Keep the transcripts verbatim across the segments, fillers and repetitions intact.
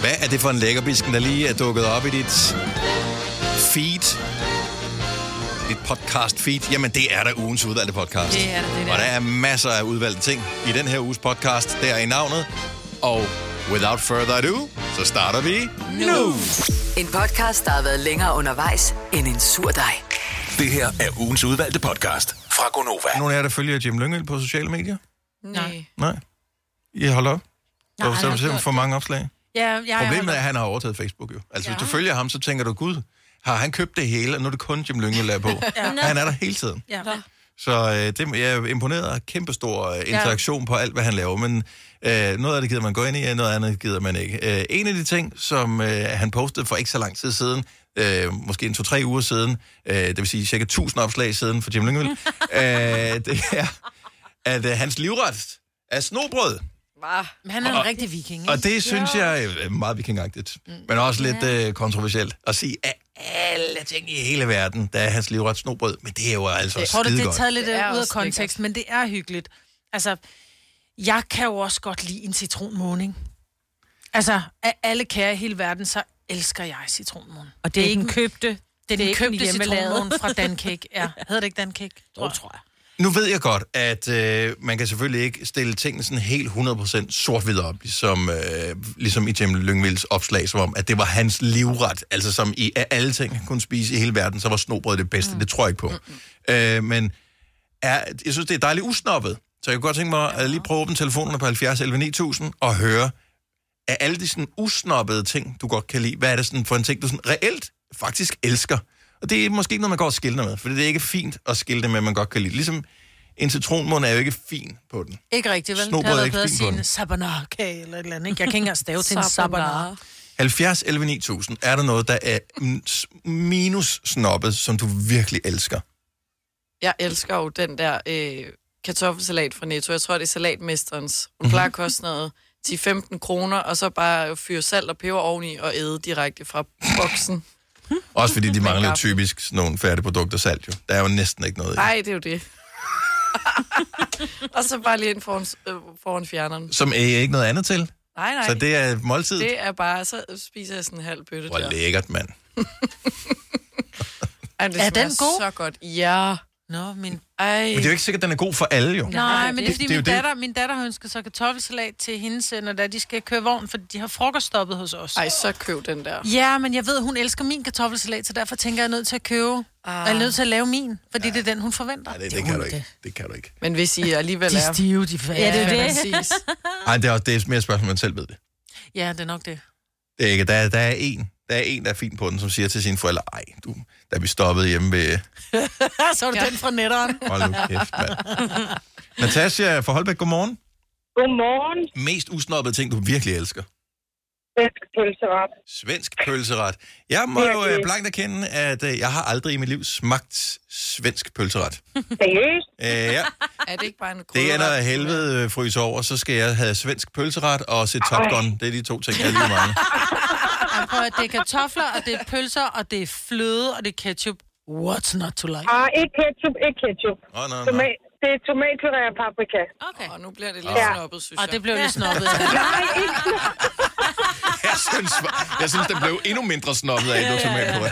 Hvad er det for en lækkerbisken, der lige er dukket op i dit feed? Dit podcast feed? Jamen, det er da ugens udvalgte podcast. Det er det, det der. Og der er masser af udvalgte ting i den her uges podcast. Der i navnet. Og without further ado, så starter vi nu. En podcast, der har været længere undervejs end en sur dej. Det her er ugens udvalgte podcast fra Gonova. Nogle af jer, der følger Jim Lyngvild på sociale medier? Nej. Nej. I holder op? Nej, Hvorfor jeg ser har du for mange opslag? Ja, jeg Problemet er, at han har overtaget Facebook jo. Altså, ja. Hvis du følger ham, så tænker du, gud, har han købt det hele, og nu er det kun Jim Lyngvild, der er på. Ja. Han er der hele tiden. Ja. Så øh, det, jeg er imponeret af kæmpestor øh, interaktion ja. på alt, hvad han laver. Men øh, noget af det gider man gå ind i, og noget andet gider man ikke. Øh, en af de ting, som øh, han postede for ikke så lang tid siden, øh, måske en to-tre uger siden, øh, det vil sige cirka tusind opslag siden for Jim Lyngvild, øh, det er, at øh, hans livret er snobrød. Men han er en og, rigtig viking, ikke? Og det synes ja. jeg er meget vikingagtigt, mm. men også lidt ja. øh, kontroversielt at sige, at alle ting i hele verden, der er hans livret snobrød, men det er jo altså skide godt. Det er taget lidt ud af kontekst, men det er hyggeligt. Altså, jeg kan jo også godt lide en citronmåne. Altså, af alle kære i hele verden, så elsker jeg citronmåne. Og det er ikke en købte, det er den købte citronmåne fra Dancake. Ja, hedder det ikke Dancake? Tror, tror jeg. Nu ved jeg godt, at øh, man kan selvfølgelig ikke stille tingene sådan helt hundrede procent sort-hvid op, ligesom, øh, ligesom i Jim Lyngvilds opslag, som om, at det var hans livret. Altså som i af alle ting, han kunne spise i hele verden, så var snobrød det bedste. Mm. Det tror jeg ikke på. Mm-hmm. Øh, men er, jeg synes, det er dejligt usnoppet. Så jeg kunne godt tænke mig at lige prøve at åbne telefonerne på halvfjerds elleve ni tusind og høre, af alle de sådan usnoppede ting, du godt kan lide, hvad er det sådan for en ting, du sådan reelt faktisk elsker? Og det er måske ikke noget, man går og skilter med, for det er ikke fint at skilte med, man godt kan lide. Ligesom en citronmåne er jo ikke fin på den. Ikke rigtigt, vel? Snobrød det er ikke bedre fin at på sige den. en sabanar-kage eller et eller andet, ikke? Jeg kan ikke engang stave til en sabanar. halvfjerds elleve ni tusind. Er der noget, der er minus snobbet, som du virkelig elsker? Jeg elsker jo den der øh, kartoffelsalat fra Netto. Jeg tror, det er salatmesterens. Hun plejer at koste noget ti til femten kroner, og så bare fyre salt og peber oveni og æde direkte fra boksen. Også fordi de mangler jo typisk sådan nogle færdigprodukter salt jo. Der er jo næsten ikke noget i. Nej, det er jo det. Og så bare lige ind foran, øh, foran fjerneren. Som er ikke noget andet til? Nej, nej. Så det er måltid? Det er bare, så spiser jeg sådan en halv bøtte. Hvor der. lækkert, mand. Ej, det er den god? Så godt. Ja. Nå, min... Ej. Men det er jo ikke sikkert, at den er god for alle jo. Nej, men det er fordi, det, min, det datter, min datter har ønsket sig kartoffelsalat til hendes, når der, de skal køre vogn, fordi de har frokoststoppet hos os. Ej, så køb den der. Ja, men jeg ved, hun elsker min kartoffelsalat, så derfor tænker jeg, jeg er nødt til at købe. Ah. Jeg er nødt til at lave min, fordi ja. det er den, hun forventer. Nej, det, det, det kan du ikke. Det kan du ikke. Men hvis I alligevel de er... De stive, de færdige. Ja, det er det. Nej, det er, det er mere spørgsmål, man selv ved det. Ja, det er nok det. Det er ikke. Der, der er en, der er en, der er fin på den, som siger til sine forældre, ej, du, da vi stoppede hjemme ved... Så er det ja. den fra netteren. Hold nu kæft, mand. Natasha fra Holbæk, godmorgen. Godmorgen. Mest usnoppede ting, du virkelig elsker? Svensk pølseret. Svensk pølseret. Jeg må jo øh, blankt erkende, at øh, jeg har aldrig i mit liv smagt svensk pølseret. Seriøst? Øh, ja. Er det ikke bare en Det er, når helvede fryser over, så skal jeg have svensk pølseret og se Top Gun. Det er de to ting, jeg lige mange. Det er kartofler, og det er pølser, og det er fløde, og det er ketchup. What's not to like? Ah, ikke ketchup, ikke ketchup. Åh, oh, nej, nej. Toma- det er tomatpuré og paprika. Okay. Og nu bliver det lidt ja. snobbet, synes jeg. Og det blev lidt snobbet. Nej, ikke jeg synes, jeg synes, det blev endnu mindre snobbet af, du tomatpuré.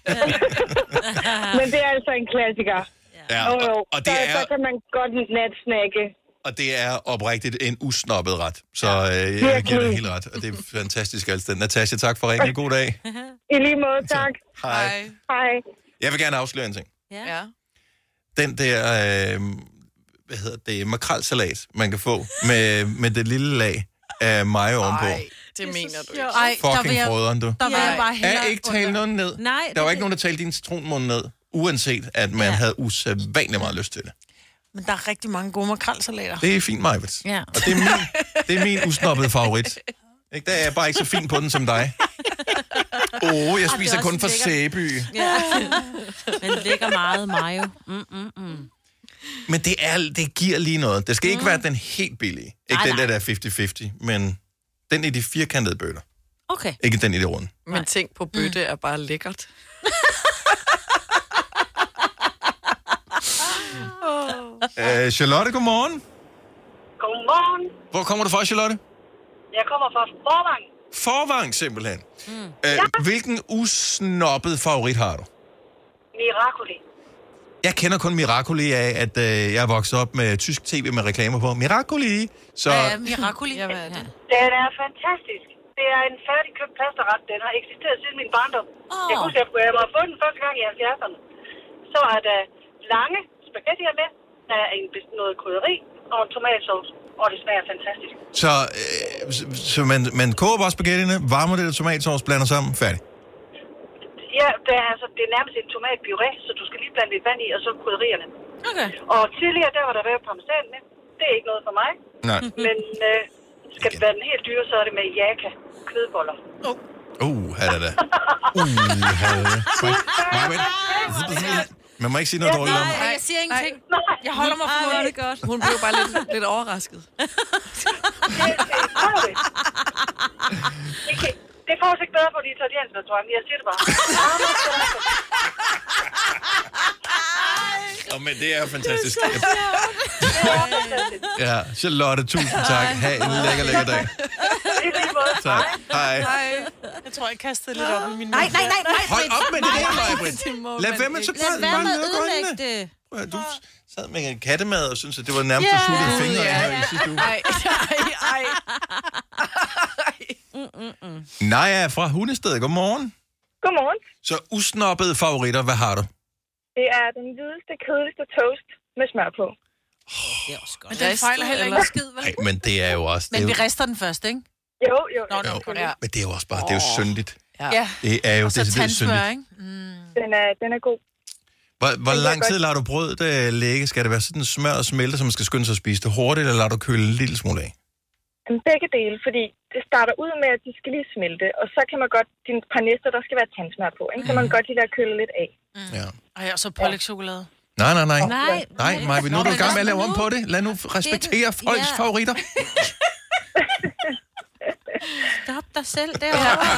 Men det er altså en klassiker. Ja, og, og, og det der, er... der kan man godt natsnakke. Og det er oprigtigt en usnobbet ret. Så øh, jeg giver dig helt ret. Og det er fantastisk alt det. Natasha, tak for ringen. God dag. I lige måde, tak. Hej. Hej. Jeg vil gerne afsløre en ting. Ja. Den der, øh, hvad hedder det, makrelsalat, man kan få med, med det lille lag af mayo ovenpå. Nej, det mener du ikke. Ej, fucking frøderen, du. Der var jeg bare er ikke tale noget ned. Nej, der var ikke nogen, der talte din citronmund ned, uanset at man ja. havde usædvanligt meget lyst til det. Men der er rigtig mange gode makrelsalater. Det er fint, Majbet. Ja. Og det er min, det er min usnoppede favorit. Ikke? Der er jeg bare ikke så fin på den som dig. Åh, oh, jeg spiser kun fra Sæby. Ja. Men lægger meget mayo. Mm, mm, mm. Men det, er, det giver lige noget. Det skal ikke mm. være den helt billige. Ikke nej, den der, nej. der er halvtreds halvtreds, men den i de firkantede bøtter. Okay. Ikke den i det runde. Men tænk på bøtte mm. er bare lækkert. uh, Charlotte, godmorgen. Godmorgen. Hvor kommer du fra, Charlotte? Jeg kommer fra Forvang. Forvang, simpelthen. Mm. Øh, ja. Hvilken usnoppet favorit har du? Miracoli. Jeg kender kun Miracoli af, at øh, jeg er vokset op med tysk tv med reklamer på. Miracoli! Så... Ja, Miracoli. Ja, hvad er det? Den er fantastisk. Det er en færdigkøbt pastaret. Den har eksisteret siden min barndom. Oh. Jeg husker, at jeg var fundet den første gang i halvfjerdserne. Så er der lange spaghettier med. Der er en, noget krydderi og en tomatsauce. Og det smager fantastisk. Så, øh, så man, man koger bare spaghettierne, varmer det der tomatsauce, blander sammen, færdig? Ja, det er, altså, det er nærmest en tomatpuré, så du skal lige blande lidt vand i, og så krydderierne. Okay. Og tidligere, der var der været parmesan med. Det er ikke noget for mig. Nej. Men øh, skal det være den helt dyre, så er det med jaka kødboller. Uh, uh her er det. Uh, her er det. Man må ikke sige noget dårligt om. Nej, jeg siger ingenting. Jeg holder mig for det godt. Hun blev bare lidt, lidt overrasket. Det, det, prøv det. Det, kan, det får sig ikke bedre på de italienske restauranter. Jeg siger det bare. Oh, men det er fantastisk. Ja, Charlotte, tusind tak. Ha' en lækker, lækker dag. Tak. Hej. Jeg tror, jeg kastede lidt op i min Nej, nej, nej, nej. Hold op med det der, Maja-Britt. Lad være med, så Lad være med at ødelægge det. Du sad med kattemad og syntes, at det var nærmest at sutte fingre her i sidste uge. Ej, ej, ej. Naja fra Hundested, godmorgen. Godmorgen. Så usnoppede favoritter, hvad har du? Det er den hvideste, kedeligste toast med smør på. Det er også godt. Men den fejler heller ikke skid, vel? Nej, men det er jo også... Men det vi er jo, rister den først, ikke? Jo, jo. Nå, jo, nå, ja. men det er jo også bare... Det er jo syndigt. Ja. Det er jo Og så decideret syndigt. tandsmør, ikke? Mm. Den er, den er god. Hvor, hvor Den lang er tid godt. lader du brødet øh, ligge? Skal det være sådan smør og smelte, så man skal skynde sig at spise det hurtigt, eller lader du køle en lille smule af? Men begge dele, fordi det starter ud med, at de skal lige smelte, og så kan man godt, dine par næster, der skal være tandsmør på, ikke? Så man kan godt lige lade køle lidt af. Mm. Ja. Og jeg så pålægtschokolade. Nej, nej, nej. Nej, Nej, Maja, nu er du i gang med at lave om på det. Lad nu respektere folks Ja. favoritter. Stop dig selv derovre.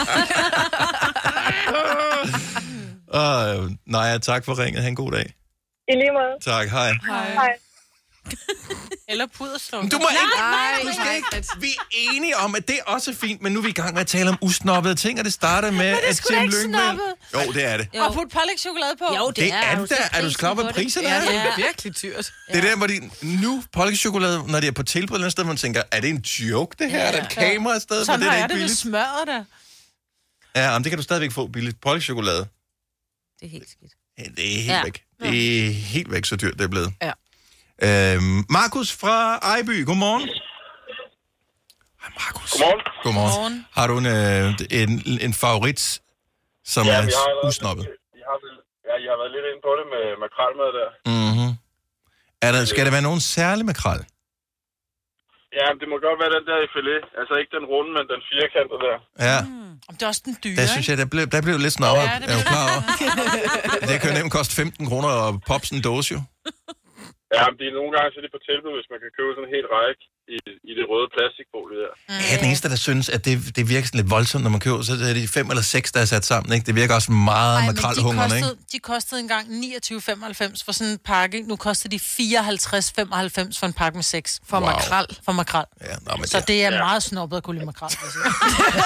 Og, nej, tak for ringet. Ha' en god dag. I lige måde. Tak, hej. Hej. Eller pudersukker. Du må ikke... Nej, Du skal ikke... Vi er enige om, at det er også fint, men nu er vi i gang med at tale om usnoppede ting, og det starter med, det er at sgu da Tim ikke Lyngvild... snobbet. Jo, det er det. Jo. Og putte pålægtschokolade på. Jo, det, Det er jo det så da. Er du klar over, hvad prisen priserne Ja, er? det Ja. er virkelig dyrt. Det er der, hvor de nu pålægtschokolade, når de er på tilbud eller sted, man tænker, er det en joke, det her? Er der et kamera et sted? Sådan Men det er har da jeg ikke det ved billigt. smøret der. Ja, men det kan du stadigvæk få billigt. Pålægtschokolade. Det er helt skidt. Ja, det er helt Ja. væk. Det er helt væk, så dyrt det er blevet. Ja. Øhm, Markus fra Ejby, godmorgen. Hej, Markus. Godmorgen. Godmorgen. Godmorgen. Har du en, øh, en, en favorit, som Ja, er vi har allerede- usnoppet? I har, ja, I har været lidt inde på det med makrelmad der. Mhm. Er der, skal der være nogen særlig makrel? Ja, men det må godt være den der i filet. Altså ikke den runde, men den firkantede der. Ja, Om det er også den dyre, der synes jeg, der blev, der blev lidt snobbet. Ja, Ja, det er du blev- klar over? Det kan jo nemt koste femten kroner og pops en dåse jo. Ja, men de er nogle gange så er de på tilbud, hvis man kan købe sådan en helt række i, i det røde plastikfolie der. Jeg er den eneste, der synes, at det, det virker sådan lidt voldsomt, når man køber, så er det fem eller seks, der er sat sammen. Ikke? Det virker også meget Ej, men de makrelhungerne, ikke? kostede, de kostede engang niogtyve femoghalvfems for sådan en pakke. Nu koster de fireoghalvtreds femoghalvfems for en pakke med seks. For Wow. makrel. For makrel. Ja, nå, men Så det, det er meget snobbet at kunne lide makrel. vil jeg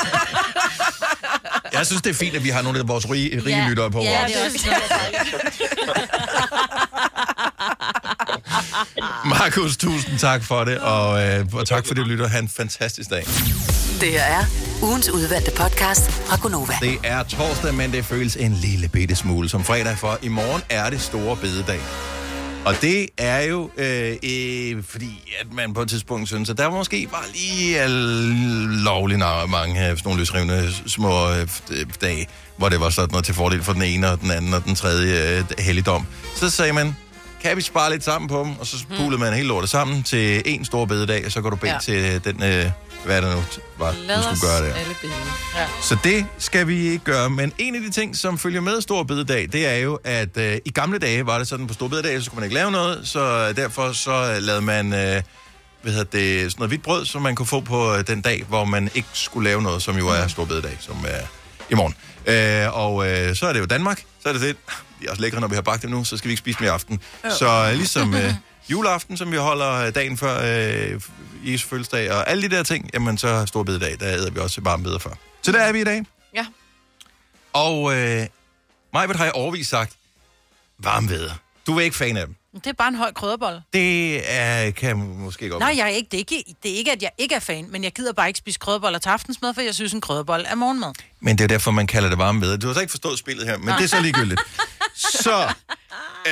sige. jeg synes, det er fint, at vi har nogle af vores rige, rige Ja. lyttere på. Ja, vores. det er også Markus, tusind tak for det, og, øh, og tak for det, lytter. Ha' en fantastisk dag. Det her er ugens udvalgte podcast fra Gonova. Det er torsdag, men det føles en lille bitte smule som fredag, for i morgen er det store bededag. Og det er jo, øh, øh, fordi at man på et tidspunkt synes, at der måske bare lige er lovligt mange af sådan nogle løsrivende små øh, dage, hvor det var sådan noget til fordel for den ene og den anden og den tredje øh, helligdom. Så sagde man, kan vi spare lidt sammen på dem? Og så pulede man hele lortet sammen til en stor bededag, og så går du bed ja. Ja. til den, øh, hvad er det nu var, Lad du os skulle gøre det. alle bede. Så det skal vi ikke gøre. Men en af de ting, som følger med Stor Bededag, det er jo, at øh, i gamle dage var det sådan, på Stor Bededag, så kunne man ikke lave noget, så derfor så lavede man øh, hvad hedder det, sådan noget hvidt brød, som man kunne få på øh, den dag, hvor man ikke skulle lave noget, som jo er Stor Bededag, som er i morgen. Øh, og øh, så er det jo Danmark, så er det det. Det er også lækkert, når vi har bagt det nu, så skal vi ikke spise mere i aften. Så øh, ligesom øh, juleaften, som vi holder dagen før øh, Jesu fødselsdag og alle de der ting, jamen så stor bededag, der æder vi også varme bedre for. Så der er vi i dag. Ja. Og øh, Majbert har jeg overvist sagt, varme bedre. Du er ikke fan af dem. Det er bare en høj krydderbolle. Det er, kan jeg måske godt. Nej, jeg er ikke. Det er ikke, det er ikke, at jeg ikke er fan, men jeg gider bare ikke spise krydderboller til aftensmad, for jeg synes, en krydderbolle er morgenmad. Men det er derfor, man kalder det varme bedre. Du har så ikke forstået spillet her, men det er så ligegyldigt. Så, øh,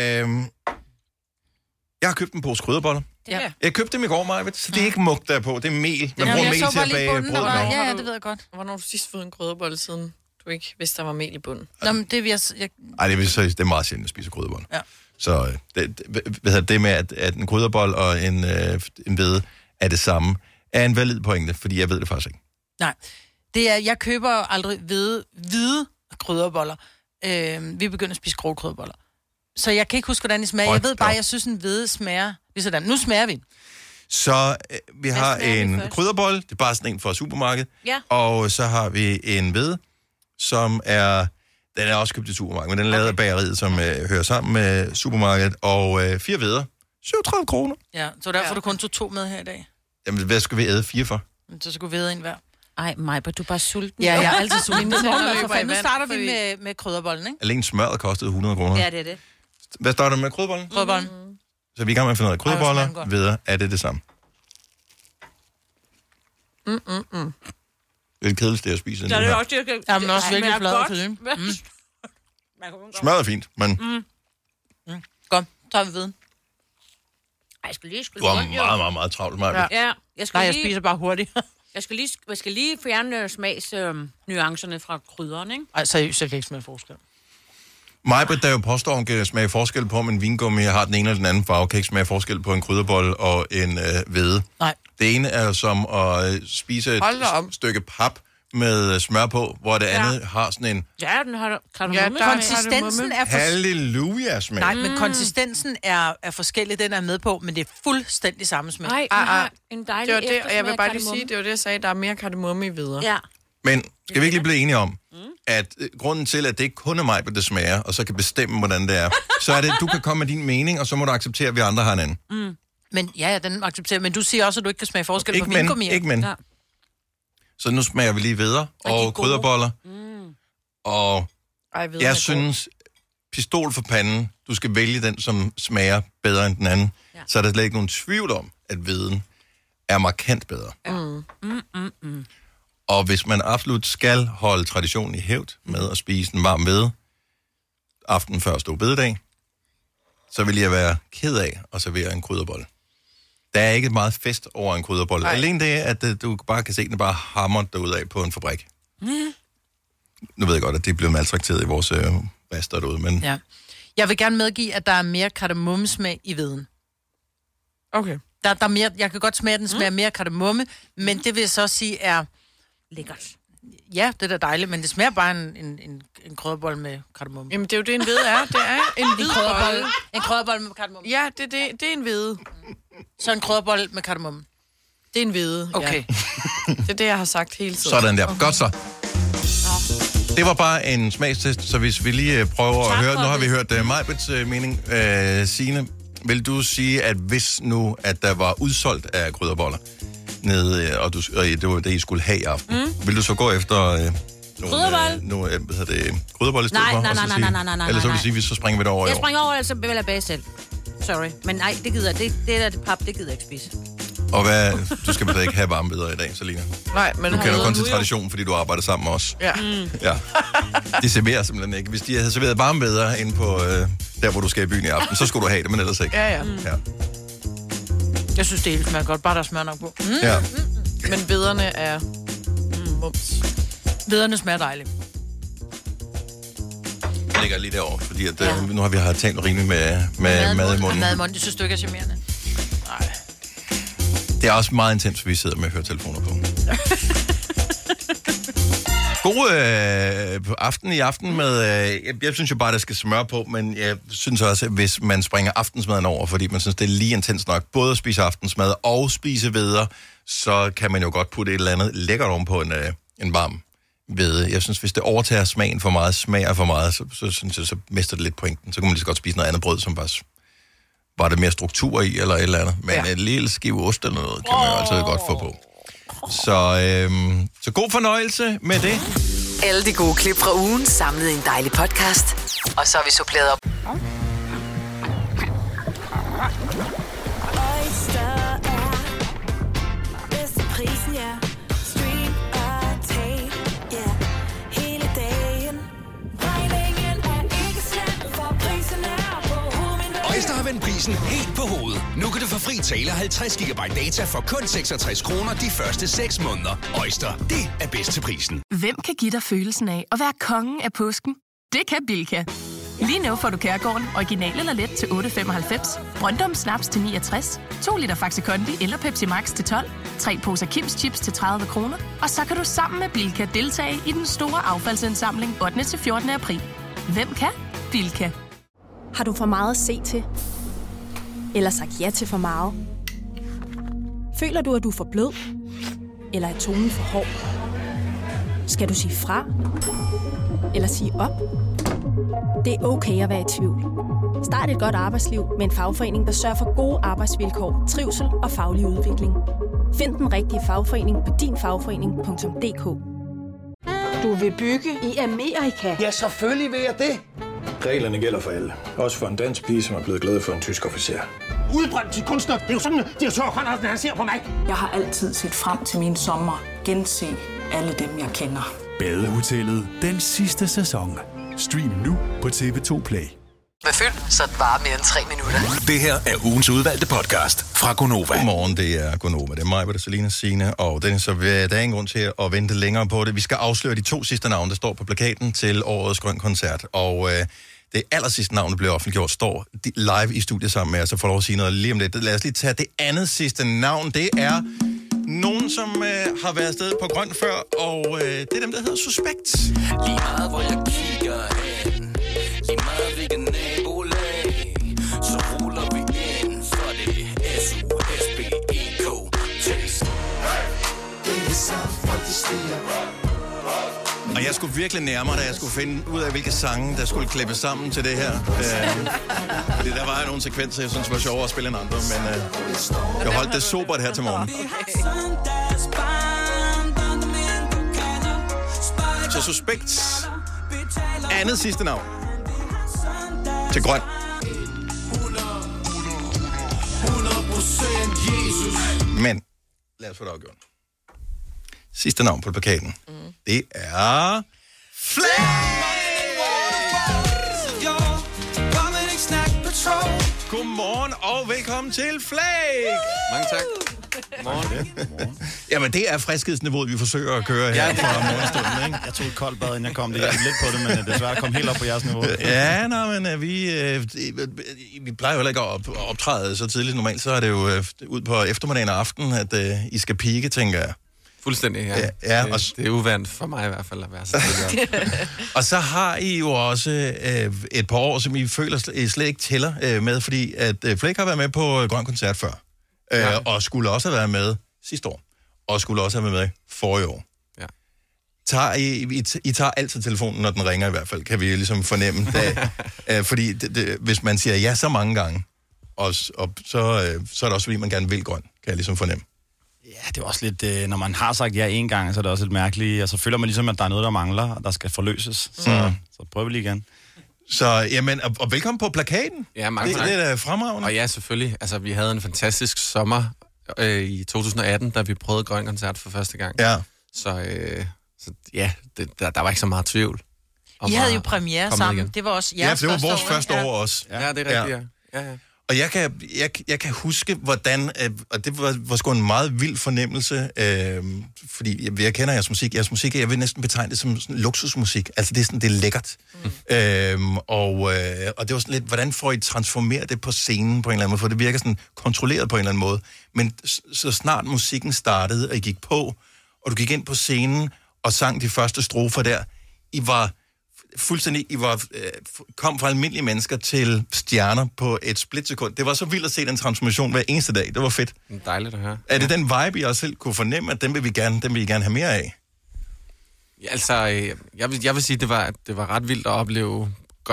jeg har købt en pose krydderboller. Ja. Jeg købte dem i går, Majbert, så det er ikke mug der på. Det er mel. Man Ja, bruger jeg mel så til bare at lige bage bunden, brød der var- med. Ja, ja, det ved jeg godt. Hvornår har du sidst fået en krydderbolle, siden du ikke vidste, der var mel i bunden? Nå, men det vil jeg... jeg... Ej, det er, så, det er meget sjældent at spise krydderboller. Ja. Så øh, det, det, hvad hedder det med, at, at en krydderbold og en, øh, en hvede er det samme, er en valid pointe, fordi jeg ved det faktisk ikke. Nej, det er, jeg køber aldrig hvide, hvide krydderboller. Øh, vi begynder at spise grove krydderboller. Så jeg kan ikke huske, hvordan de smager. Hold Jeg ved da bare, op. jeg synes, en hvide smager ligesom. Nu smager vi. Så øh, vi har smager vi en først? krydderbold, det er bare sådan en fra supermarkedet, Ja. og så har vi en hvede, som er, den er også købt i supermarkedet, men den er lavet af bageriet, som øh, hører sammen med supermarkedet, og øh, fire hveder, syvogtredive kroner. Ja, så derfor Ja. ja. du kun tog to med her i dag. Jamen, hvad skal vi æde fire for? Så skulle vi vide en hver. Ej, Majbert, du er bare sulten. Ja, jeg er altid sulten. Mine tænder løber i Nu vand, starter vi fordi- med, med krydderbollen, ikke? Alene smøret kostede hundrede kroner. Ja, det er det. Hvad starter du med krydderbollen? Krydderbollen. Så vi er i gang med at finde ud af Ej, hvor smager den krydderboller, godt. hveder, er det det samme? Mm, mm, mm. Det er det kedeligste, jeg spiser. Så er nu det her. også, jeg kan... Ja, men også Ej, virkelig men flad er og godt. fylde. Man kan godt- Smøret er fint, men Godt, så tager vi viden. Ej, jeg skal lige... Skal du har meget, meget, meget travlt, Maja. Ja. Ja, jeg skal Nej, jeg lige... spiser bare hurtigt. Jeg skal lige, jeg skal lige fjerne smagsnuancerne fra krydderen, ikke? Ej, seriøst, jeg kan ikke smage forskel. Majbrit, der jo påstår, hun kan smage forskel på, om en vingummi har den ene eller den anden farve, kan ikke smage forskel på en krydderbolle og en øh, hvede. Nej. Det ene er som at øh, spise et Hold da op. s- stykke pap med øh, smør på, hvor det andet ja. har sådan en Ja, den har kan Ja, du der er Konsistensen er for... halleluja-smag. Nej, men konsistensen er, er forskellig, den er med på, men det er fuldstændig samme smag. Nej, den Ah, ah. har en dejlig Det var det, og jeg vil eftersmag bare af lige sige, kardemomme. det var det, jeg sagde, der er mere kardemomme i videre. Ja. Men skal vi ikke lige blive enige om, at øh, grunden til, at det ikke kun er mig, der smager, og så kan bestemme, hvordan det er, så er det, at du kan komme med din mening, og så må du acceptere, at vi andre har en anden. Mm. Men ja, ja, den accepterer. Men du siger også, at du ikke kan smage forskel Ikke på men, vingummier. ikke men. Ja. Så nu smager vi lige videre, Og de er og gode. krydderboller, Mm. og Ej, videre jeg synes, pistol for panden, du skal vælge den, som smager bedre end den anden. Ja. Ja. Så er der slet ikke nogen tvivl om, at viden er markant bedre. Mm. Mm, mm, mm. Og hvis man absolut skal holde traditionen i hævd med at spise en varm hvede aften før stor bededag, så vil jeg være ked af at servere en krydderbolle. Der er ikke meget fest over en krydderbolle. Nej. Alene det, at øh, du bare kan se den bare hammer derudad på en fabrik. Mm. Nu ved jeg godt, at det bliver maltrakteret i vores øh, rester derude, men Ja. Jeg vil gerne medgive, at der er mere kardemommesmag i viden. Okay. Der, der er mere, jeg kan godt smage, at den smager mm. mere kardemomme, men det vil jeg så sige er... Lækkert. Ja, det er da dejligt, men det smager bare en, en, en, en krydderbolle med kardemomme. Jamen, det er jo det, en hvide er. Det er en En hvid krydderbolle. bolle. En krydderbolle med kardemomme. Ja, det, det, det er en hvide. Så en krydderbolle med kardemomme. Det er en hvide, Okay. ja. Det er det, jeg har sagt hele tiden. sådan der. Godt så. Det var bare en smagstest, så hvis vi lige øh, prøver Tak at høre... for Nu har vi det. hørt uh, Majbets uh, mening. Uh, Signe, vil du sige, at hvis nu, at der var udsolgt af krydderboller, nede, øh, og, du, og det var det, I skulle have i aften, mm. vil du så gå efter... Uh, nogle, Krydderbolle? øh, nogle, øh, hvad hedder det, krydderbolle i stedet Nej, for? nej, og så nej, nej, sige- nej, nej, nej, Eller så vil nej. du sige, vi så springer vi det over i Jeg år. springer over, altså vil jeg bage selv. Sorry. Men nej, det gider jeg. Det, det der det pap, det gider jeg ikke spise. Og hvad, du skal vel ikke have varmebidder i dag, Selina? Nej, men Du kender kun til nu jo- traditionen, fordi du arbejder sammen med os. Ja. Ja. De serverer simpelthen ikke. Hvis de havde serveret varmebidder inde på øh, der, hvor du skal i byen i aften, så skulle du have det, men ellers ikke. Ja, ja. Ja. Jeg synes, det hele smager godt, bare der er smør nok på. Mm. Ja. Men viderne er mm, mums. Vederne smager dejligt. Jeg ligger lige derovre, fordi at, ja. nu har vi har talt rimeligt med, med mad i munden. Mad i munden, det synes du ikke er charmerende. Nej. Det er også meget intens, at vi sidder med høretelefoner på. God øh, aften i aften med... Øh, jeg, jeg synes jo bare, der skal smør på, men jeg synes også, at hvis man springer aftensmaden over, fordi man synes, det er lige intens nok, både at spise aftensmad og spise hveder, så kan man jo godt putte et eller andet lækkert oven på en, øh, en varm hvede. Jeg synes, hvis det overtager smagen for meget, smager for meget, så, så synes jeg, så mister det lidt pointen. Så kan man lige så godt spise noget andet brød, som bare s- var der mere struktur i, eller et eller andet. Men ja. En lille skive ost eller noget, kan man jo altid godt få på. Så, øhm, så god fornøjelse med det. Alle de gode klip fra ugen samlet i en dejlig podcast. Og så har vi suppleret op. Øjster har vendt prisen helt på hovedet. Nu kan du få fri tale halvtreds gigabyte data for kun seksogtres kroner de første seks måneder. Øjster, det er bedst til prisen. Hvem kan give dig følelsen af at være kongen af påsken? Det kan Bilka. Lige nu får du Kærgården original eller let til otte femoghalvfems, Brøndum Snaps til niogtres, to liter Faxi Kondi eller Pepsi Max til tolv, tre poser Kims Chips til tredive kroner, og så kan du sammen med Bilka deltage i den store affaldsindsamling ottende til fjortende april. Hvem kan? Bilka. Har du for meget at se til? Eller sagt ja til for meget? Føler du, at du er for blød? Eller er tonen for hård? Skal du sige fra? Eller sige op? Det er okay at være i tvivl. Start et godt arbejdsliv med en fagforening, der sørger for gode arbejdsvilkår, trivsel og faglig udvikling. Find den rigtige fagforening på din fagforening punktum d k. Du vil bygge i Amerika? Ja, selvfølgelig vil jeg det. Reglerne gælder for alle. Også for en dansk pige, som er blevet glad for en tysk officer. Udbrændt til kunstner. Det er jo sådan, at direktør Conradsen, han ser på mig. Jeg har altid set frem til min sommer. Gense alle dem, jeg kender. Badehotellet den sidste sæson. Stream nu på T V to Play. Med fyld, så det varer mere end tre minutter. Det her er ugens udvalgte podcast fra Gonova. Godmorgen, det er Gonova. Det er mig, det er Selina, Signe, og den, så der er ingen grund til at vente længere på det. Vi skal afsløre de to sidste navne, der står på plakaten til årets Grøn Koncert. Og øh, det aller sidste navn, der bliver offentliggjort, står live i studiet sammen med os, så får lov at sige noget lige om lidt. Lad os lige tage det andet sidste navn. Det er nogen, som øh, har været afsted på Grøn før, og øh, det er dem, der hedder Suspekt. Lige meget, hvor jeg kigger hen, lige meget, hvilken nabolag, så ruller vi ind, for det er S U S B E K-test. Det er så folk, de stiger. Og jeg skulle virkelig nærmere, da jeg skulle finde ud af, hvilke sange, der skulle klippe sammen til det her. Øh, fordi der var jo nogle sekvenser, jeg synes var sjovere at spille end andre, men øh, jeg holdt det sobert her til morgen. Så Suspekt. Andet sidste navn. Til Grøn. Men lad os få det afgjort. Sidste navn på plakaten. Mm. Det er Flake! Godmorgen og velkommen til Flake! Mange tak. Godmorgen. Jamen, det er friskhedsniveauet, vi forsøger at køre her fra morgenstunden, ikke? Jeg tog et koldt bad, inden jeg kom. Det hjalp lidt på det, men desværre kom helt op på jeres niveau. Ja, nej, men vi, øh, vi plejer jo heller ikke at op, optræde så tidligt. Normalt så er det jo øh, ud på eftermiddagen og aften, at øh, I skal pike, tænker jeg. Fuldstændig, ja. ja, ja det, og, det er uvandt for mig i hvert fald at være så tidligt. Og så har I jo også øh, et par år, som I føler slet, slet ikke tæller øh, med, fordi at øh, Flake har været med på Grøn Koncert før. Øh, ja. Og skulle også have været med sidste år. Og skulle også have været med forrige år. Ja. Tager I, I, I tager altid telefonen, når den ringer i hvert fald, kan vi ligesom fornemme. Da, øh, fordi det, det, hvis man siger ja så mange gange, og, og så, øh, så er det også fordi, man gerne vil grøn, kan jeg ligesom fornemme. Ja, det er også lidt, øh, når man har sagt ja en gang, så er det også lidt mærkeligt, og så føler man ligesom, at der er noget, der mangler, og der skal forløses. Så, mm. så prøver vi lige igen. Så, jamen, og, og velkommen på plakaten. Ja, mange det, tak. Det er da fremragende. Og ja, selvfølgelig. Altså, vi havde en fantastisk sommer øh, i to tusind atten, da vi prøvede Grøn Koncert for første gang. Ja. Så, øh, så ja, det, der, der var ikke så meget tvivl. I havde jo premiere sammen. Igen. Det var også jeres ja, det var vores første år, første år også. Ja, ja, det er rigtigt, ja. ja, ja. Og jeg kan, jeg, jeg kan huske, hvordan, øh, og det var, var sgu en meget vild fornemmelse, øh, fordi jeg, jeg kender jeres musik. Jeres musik, jeg vil næsten betegne det som sådan luksusmusik. Altså det er sådan, det er lækkert. Mm. Øh, og, øh, og det var sådan lidt, hvordan får I transformeret det på scenen på en eller anden måde? For det virker sådan kontrolleret på en eller anden måde. Men så snart musikken startede, og I gik på, og du gik ind på scenen og sang de første strofer der, I var... fuldstændig, I var, øh, kom fra almindelige mennesker til stjerner på et splitsekund. Det var så vildt at se den transformation hver eneste dag. Det var fedt. Dejligt at høre. Er det ja. Den vibe, I også selv kunne fornemme, at den vil vi gerne, den vil I gerne have mere af? Ja, altså, jeg vil, jeg vil sige, at det var, det var ret vildt at opleve grøn,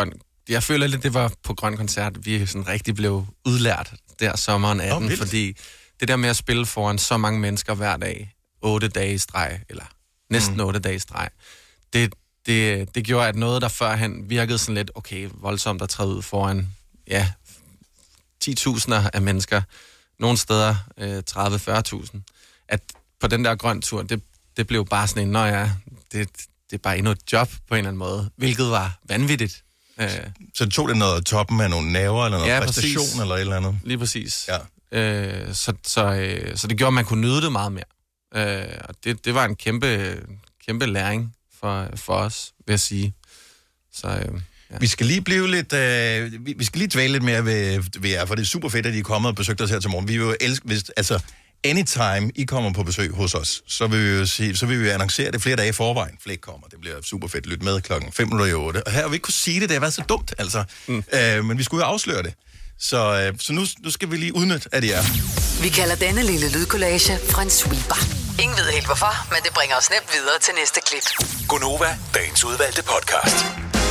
jeg føler lidt, det var på Grøn Koncert, vi sådan rigtig blev udlært der sommeren atten, oh, fordi det der med at spille foran så mange mennesker hver dag, otte dage i streg, eller næsten mm. otte dage i streg, det, det, det gjorde, at noget, der førhen virkede sådan lidt, okay, voldsomt at træde ud foran, ja, ti tusinder af mennesker, nogle steder øh, tredive til fyrre tusind, at på den der grøn tur, det, det blev bare sådan en, nå ja, det, det er bare endnu et job på en eller anden måde, hvilket var vanvittigt. Øh. Så det tog det noget toppen af nogle nerver, eller noget ja, præstation, præcis. eller et eller andet? Lige præcis. Ja. Øh, så, så, øh, så det gjorde, at man kunne nyde det meget mere. Øh, og det, det var en kæmpe, kæmpe læring for, for os, vil jeg sige. Så, øh, ja. Vi skal lige blive lidt, øh, vi, vi skal lige dvæle lidt mere ved, ved jer, for det er super fedt, at I er kommet og besøgt os her til morgen. Vi vil jo elske, hvis, altså, anytime I kommer på besøg hos os, så vil vi jo sige, så vil vi annoncere det flere dage i forvejen. Flæk kommer, det bliver super fedt. Lyt med klokken fem minutter i otte. Og her har vi ikke kunne sige det, det har været så dumt, altså. Mm. Øh, men vi skulle jo afsløre det. Så, øh, så nu, nu skal vi lige udnytte, at det er. Vi kalder denne lille lydkollage en sweeper. Ingen ved helt hvorfor, men det bringer os nemt videre til næste klip. Gonova, dagens udvalgte podcast.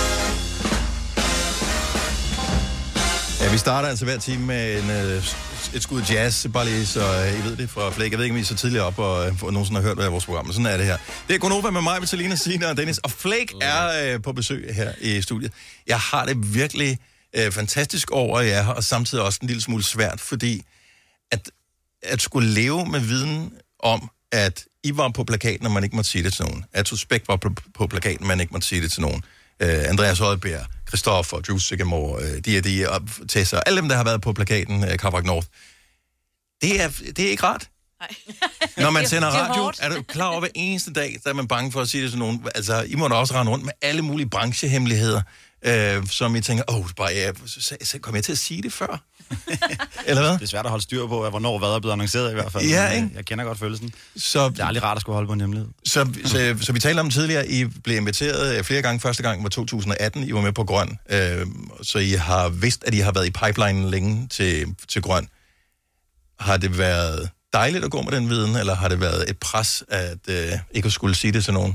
Ja, vi starter altså hver time med en, øh, et skud jazz, bare lige så øh, I ved det fra Flæk. Jeg ved ikke, om I er så tidligere op, og, og nogensinde har hørt af vores program, men sådan er det her. Det er Gonova med mig, Vitalina, Signe og Dennis, og Flæk er øh, på besøg her i studiet. Jeg har det virkelig øh, fantastisk over jer, og samtidig også en lille smule svært, fordi at, at skulle leve med viden om, at I var på plakaten, og man ikke måtte sige det til nogen. At Suspekt var på, på plakaten, man ikke måtte sige det til nogen. Uh, Andreas Højbjerg, Christoffer, Drew Sigamore, uh, de og de, og Tessa, alle dem, der har været på plakaten, uh, Carbac North. Det er, det er ikke rart. Nej. Når man sender radio, er du klar over hver eneste dag, der er man bange for at sige det til nogen. Altså, I må da også rende rundt med alle mulige branchehemmeligheder, uh, som I tænker, åh, oh, bare, ja, så kom jeg til at sige det før? Eller hvad? Det er svært at holde styr på, hvornår hvad er blevet annonceret i hvert fald. Ja, ikke? Jeg kender godt følelsen. Så, det er aldrig rart at skulle holde på en hemmelighed. Så, så, så vi talte om tidligere, I blev inviteret flere gange. Første gang var to tusind atten, I var med på Grøn. Øh, så I har vidst, at I har været i pipeline længe til, til Grøn. Har det været dejligt at gå med den viden, eller har det været et pres, at øh, ikke skulle sige det til nogen?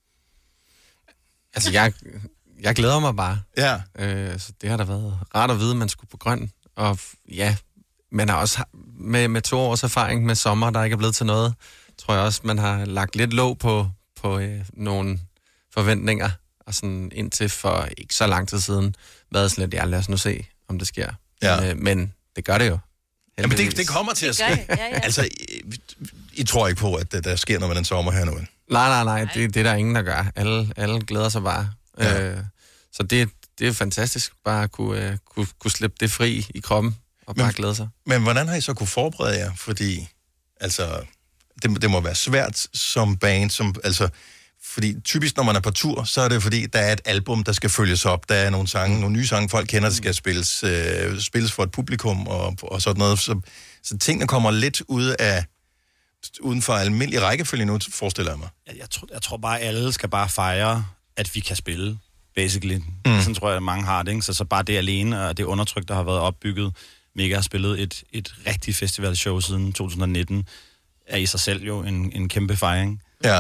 Altså, jeg, jeg glæder mig bare. Ja. Øh, så det har da været rart at vide, at man skulle på Grøn. Og ja, man har også med, med to års erfaring med sommer, der ikke er blevet til noget, tror jeg også, man har lagt lidt låg på, på øh, nogle forventninger, og sådan indtil for ikke så lang tid siden, været sådan lidt, ja, lad os nu se, om det sker. Ja. Men, øh, men det gør det jo. Jamen, det, det kommer til at ske. Ja, ja. Altså, I, I tror ikke på, at der sker noget med den sommer her nu? Nej, nej, nej, det, det er der ingen, der gør. Alle, alle glæder sig bare. Ja. Øh, så det Det er fantastisk, bare at kunne, uh, kunne, kunne slippe det fri i kroppen, og bare men, glæde sig. Men hvordan har I så kunne forberede jer? Fordi, altså, det, det må være svært som band, som, altså, fordi typisk, når man er på tur, så er det fordi, der er et album, der skal følges op. Der er nogle sange, nogle nye sange, folk kender, der skal spilles, øh, spilles for et publikum, og, og sådan noget. Så, så tingene kommer lidt ud af, uden for almindelig rækkefølge nu, forestiller jeg mig. Jeg, jeg, tror, jeg tror bare, alle skal bare fejre, at vi kan spille. Basically. Mm. Sådan tror jeg, at mange har det, ikke? Så, så bare det alene, og det undertryk, der har været opbygget. Mega har spillet et, et rigtigt festivalshow siden to tusind nitten, er i sig selv jo en, en kæmpe fejring. Ja.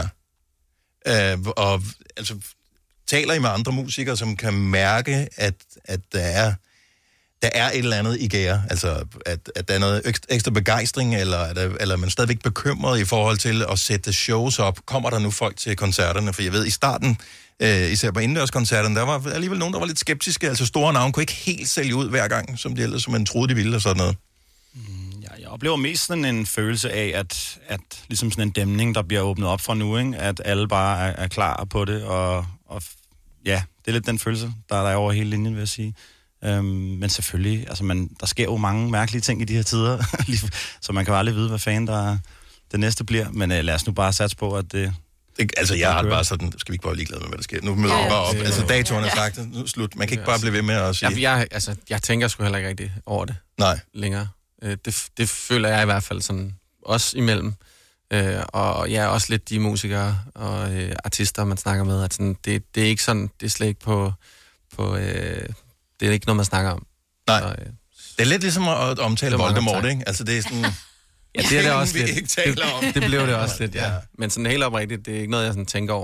Uh, og altså, taler I med andre musikere, som kan mærke, at, at der, er, der er et eller andet i gære? Altså, at, at der er noget ekstra, ekstra begejstring, eller er, der, eller er man stadigvæk bekymret i forhold til at sætte shows op? Kommer der nu folk til koncerterne? For jeg ved, i starten, Uh, især på indendørskoncerterne, der var alligevel nogen, der var lidt skeptiske. Altså store navne kunne ikke helt sælge ud hver gang, som de ellers, som man troede, de ville og sådan noget. Mm, ja, jeg oplever mest sådan en følelse af, at, at ligesom sådan en dæmning, der bliver åbnet op fra nu, ikke? At alle bare er, er klar på det, og, og ja, det er lidt den følelse, der er der over hele linjen, vil jeg sige. Um, men selvfølgelig, altså man, der sker jo mange mærkelige ting i de her tider, så man kan jo aldrig vide, hvad fanden der det næste bliver, men uh, lad os nu bare satse på, at det Det, altså, jeg har det bare sådan, skal vi ikke bare ligeglade med, hvad der sker? Nu møder vi ja, bare op. Altså, datoren er sagt, nu slut. Man kan ikke bare blive ved med at sige... Ja, jeg, altså, jeg tænker sgu heller ikke rigtig over det. Nej. Længere. Det, det føler jeg i hvert fald sådan, også imellem. Og jeg er også lidt de musikere og artister, man snakker med, at sådan, det, det er ikke sådan, det er slet ikke på... på øh, det er ikke noget, man snakker om. Nej. Så, øh, det er lidt ligesom at omtale Voldemort, ikke? Altså, det er sådan... Ja, det er det også lidt. Det, det blev det også lidt, ja. ja. Men sådan helt oprigtigt, det er ikke noget, jeg sådan tænker over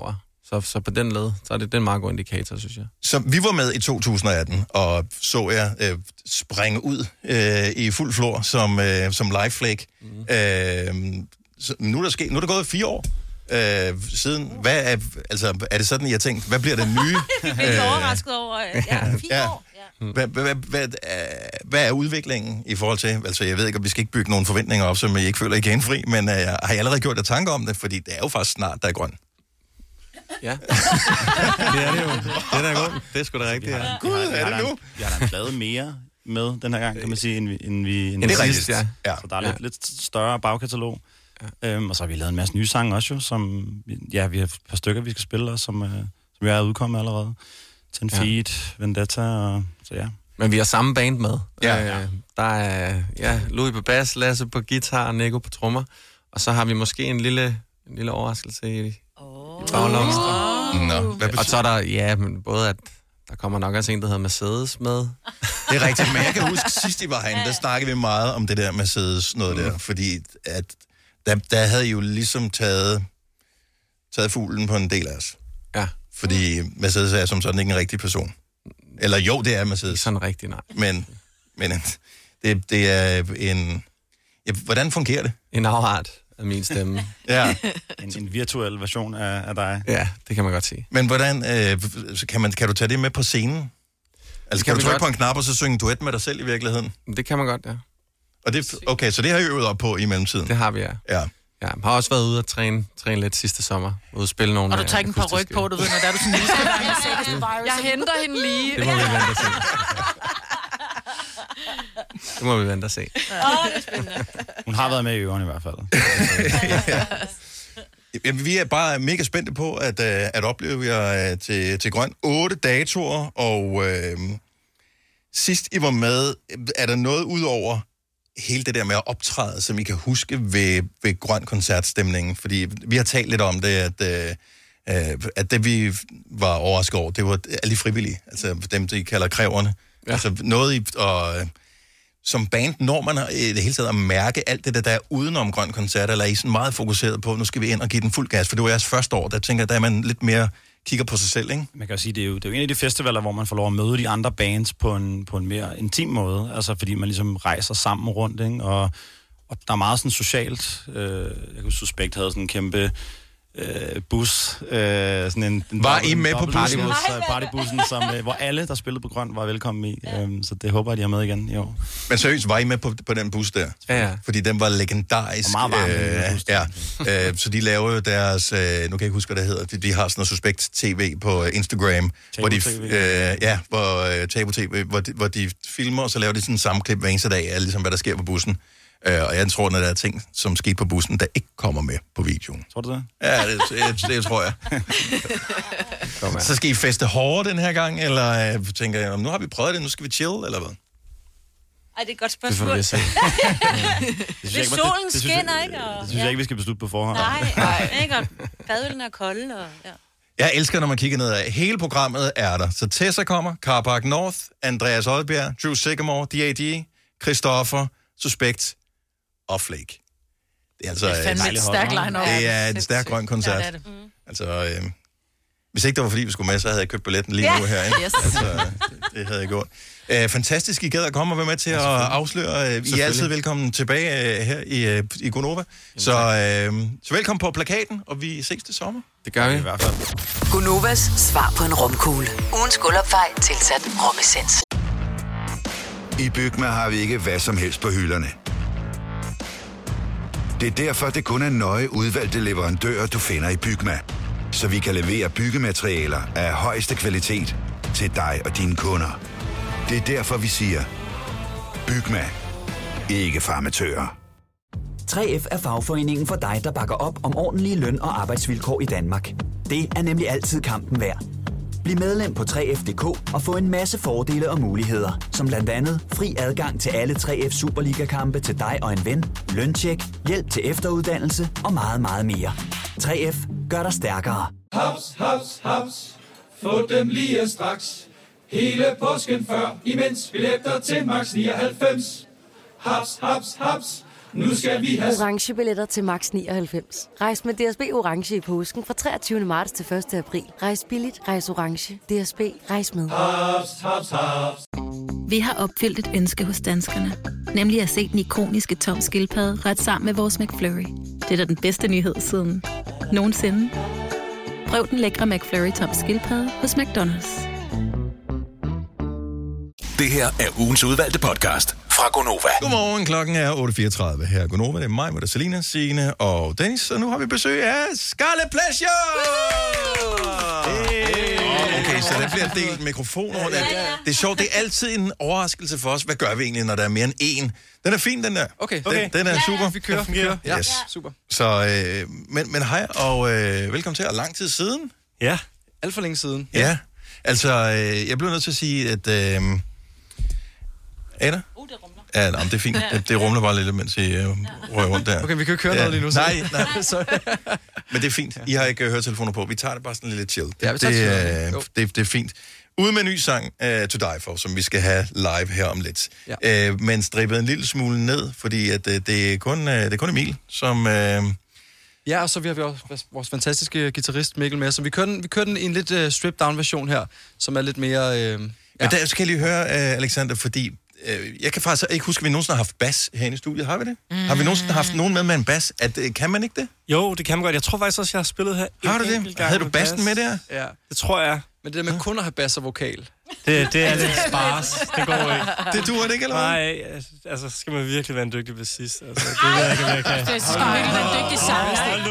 Så, så på den led, så er det, det er en meget god indikator, synes jeg. Så vi var med i to tusind atten, og så jeg øh, springe ud øh, i fuld flor som, øh, som live flake. Mm. Øh, så nu, er der sket, nu er der gået fire år øh, siden. Hvad er, altså, er det sådan, jeg tænkte, hvad bliver det nye? Vi blev øh, overrasket over, ja, fire ja. år. Ja. Hvad, hvad, hvad, hvad er udviklingen i forhold til, altså jeg ved ikke, om vi skal ikke bygge nogle forventninger op, som I ikke føler, I kan indfri, men øh, har I allerede gjort jer tanker om det? Fordi det er jo faktisk snart, der er grøn. Ja. Det er det jo. Det er da godt. Det er sgu da rigtigt, ja. Gud, er det nu? Vi har da en plade mere med den her gang, kan man sige, end vi... End vi end det er sidst. rigtigt, ja. Så der er lidt, lidt større bagkatalog. Ja. Øhm, og så har vi lavet en masse nye sange også jo, som... Ja, vi har et par stykker, vi skal spille, og som, øh, som jeg er udkommet allerede. Ten ja. Feet, Vendetta, og så ja. Men vi har samme band med. Ja. Øh, der er ja, Louis på bas, Lasse på guitar, Nico på trommer. Og så har vi måske en lille, en lille overraskelse i... Oh. Nå, hvad og så er der, ja, men både at der kommer nok også en, der hedder Mercedes med. Det er rigtigt, men jeg kan huske, sidst I var herinde, der snakkede vi meget om det der Mercedes noget der, fordi at der, der havde I jo ligesom taget, taget fuglen på en del af os. Ja. Fordi Mercedes er som sådan ikke en rigtig person. Eller jo, det er Mercedes. Ikke sådan rigtig, nej. Men, men det, det er en... Ja, hvordan fungerer det? En afart af min stemme. Ja. En, en virtuel version af, af dig. Ja, det kan man godt sige. Men hvordan, øh, kan, man, kan du tage det med på scenen? Altså, kan, kan du trykke godt på en knap, og så synge duet med dig selv i virkeligheden? Det kan man godt, ja. Og det, okay, så det har I øvet op på i mellemtiden? Det har vi, ja. Ja. Ja, jeg har også været ude og træne, træne lidt sidste sommer. Ude og spille nogle... Og du tager ikke en par ryg på, du ved, når der er du sådan lige Jeg henter hende lige. Det må vi vente og se. Det må vi vente og se. Åh, det er spændende. Hun har været med i øveren i hvert fald. Ja. Vi er bare mega spændte på at, at opleve jer til, til grøn. Otte datoer, og øh, sidst I var med, er der noget ud over hele det der med at optræde, som I kan huske ved, ved grøn koncertstemningen? Fordi vi har talt lidt om det, at, øh, at det vi var overrasket over, det var alle de frivillige, altså dem, de kalder kræverne. Ja. Altså noget i... Og, som band, når man i det hele taget at mærke alt det, der, der er udenom grøn koncert, eller er I sådan meget fokuseret på, nu skal vi ind og give den fuld gas, for det var jeres første år, der tænker jeg, der er man lidt mere kigger på sig selv, ikke? Man kan jo sige, det er jo, det er jo en af de festivaler, hvor man får lov at møde de andre bands på en, på en mere intim måde, altså fordi man ligesom rejser sammen rundt, ikke? Og, og der er meget sådan socialt, øh, jeg kan Suspekt havde sådan en kæmpe øh, bus, øh, sådan en... en var I med på bussen? Partybussen, som, øh, hvor alle, der spillede på grøn, var velkommen i, ja. øhm, så det håber jeg, de har med igen i år. Men seriøst, var I med på, på den bus der? Ja, ja. Fordi den var legendarisk. Og meget varm, øh, ja. øh, så de laver jo deres, øh, nu kan jeg ikke huske, hvad det hedder, de, de har sådan noget Suspekt T V på Instagram, hvor de, øh, ja, hvor, øh, Tabu T V, hvor de, hvor de filmer, og så laver de sådan en sammenklip hver eneste dag af, ligesom hvad der sker på bussen. Uh, og jeg tror, at der er ting, som skete på bussen, der ikke kommer med på videoen. Tror du det? Ja, det, det, det tror jeg. Så skal I feste hårdere den her gang, eller uh, tænker jeg, nu har vi prøvet det, nu skal vi chill, eller hvad? Ej, det er et godt spørgsmål. Det får vi Hvis solen skinner, ikke? Og, det synes jeg ikke, vi skal beslutte på forhånd. Nej, nej. Ikke? Og fadølene er kolde, og ja. Jeg elsker, når man kigger nedad. Hele programmet er der. Så Tessa kommer, Carpark North, Andreas Oddbjerg, Drew Sigamore, D A D, Christoffer, Suspekt og Flake. Det er altså det er fandme et stærkt line-up. Det er en stærk grøn koncert. Ja, det er det. Mm. Altså, øh, hvis ikke det var fordi, vi skulle med, så havde jeg købt billetten lige ja. nu her. Ikke? Yes. Altså, det, det havde jeg gjort. Øh, fantastisk, I gad at komme og være med til ja, at afsløre. Øh, I er altid velkommen tilbage øh, her i, øh, i Gonova. Så, øh, så velkommen på plakaten, og vi ses til sommer. Det gør vi i hvert fald. Gonovas svar på en romkugle. Ugens guldopfej tilsat romessens. I Bygma har vi ikke hvad som helst på hylderne. Det er derfor, det kun er nøje udvalgte leverandører, du finder i Bygma. Så vi kan levere byggematerialer af højeste kvalitet til dig og dine kunder. Det er derfor, vi siger, Bygma. Ikke farmatører. tre F er fagforeningen for dig, der bakker op om ordentlige løn- og arbejdsvilkår i Danmark. Det er nemlig altid kampen værd. Bliv medlem på tre F punktum d k og få en masse fordele og muligheder, som blandt andet fri adgang til alle tre F Superliga-kampe til dig og en ven, løntjek, hjælp til efteruddannelse og meget, meget mere. tre F gør dig stærkere. Haps, haps, haps. Få dem lige straks. Hele påsken før, imens billetter til max nioghalvfems. Haps, haps, haps. Nu skal vi have... Orange billetter til max nioghalvfems. Rejs med D S B Orange i påsken fra treogtyvende marts til første april. Rejs billigt, rejs orange. D S B, rejs med. Haps, haps, haps. Vi har opfyldt et ønske hos danskerne. Nemlig at se den ikoniske Tom Skildpadde ret sammen med vores McFlurry. Det er da den bedste nyhed siden nogensinde. Prøv den lækre McFlurry Tom Skildpadde hos McDonald's. Det her er ugens udvalgte podcast fra Gonova. Godmorgen, klokken er otte fireogtredive. Her er Gonova, det er mig, med der Selina, Signe og Dennis. Og nu har vi besøg af Scarlet Pleasure! Hey. Okay, så der bliver delt mikrofoner. Ja, ja, ja. Det er sjovt, det er altid en overraskelse for os. Hvad gør vi egentlig, når der er mere end én? Den er fin, den der. Okay, okay. Den, den er ja, super. Ja, vi kører, vi kører. Ja, yes. super. Så, øh, men, men hej, og øh, velkommen til. Og lang tid siden. Ja, alt for længe siden. Ja, altså, øh, jeg blev nødt til at sige, at... Øh, Ada? Uh, det rumler. Ja, nej, det er fint. Det, det rumler bare lidt, mens I øh, rører rundt der. Okay, vi kan køre noget lige nu. Så. Nej, nej. Men det er fint. I har ikke uh, høretelefoner på. Vi tager det bare sådan lidt chill. Ja, vi tager det, uh, det, det er fint. Ude med en ny sang, uh, To Die For, som vi skal have live her om lidt. Ja. Uh, men strippet en lille smule ned, fordi at, uh, det, er kun, uh, det er kun Emil, som... Uh, Ja, og så vi har vi også vores fantastiske guitarist Mikkel med, så vi kører den, vi kører den i en lidt uh, stripped-down version her, som er lidt mere... Uh, ja. Men der skal jeg lige høre, uh, Alexander, fordi... Jeg kan faktisk ikke huske, at vi nogensinde har haft bas herinde i studiet. Har vi det? Mm. Har vi nogensinde haft nogen med med en bas? At, kan man ikke det? Jo, det kan man godt. Jeg tror faktisk også, jeg har spillet her. Har du det? Havde du bassen med der? Ja, det tror jeg. Men det der med kun at have bas og vokal. Det, det er lidt spars. Det går ikke. Det duer det ikke, eller hvad? Nej, altså skal man virkelig være en dygtig bassist. Altså, det ved jeg ikke, om jeg kan. Det skal virkelig være en dygtig sanger.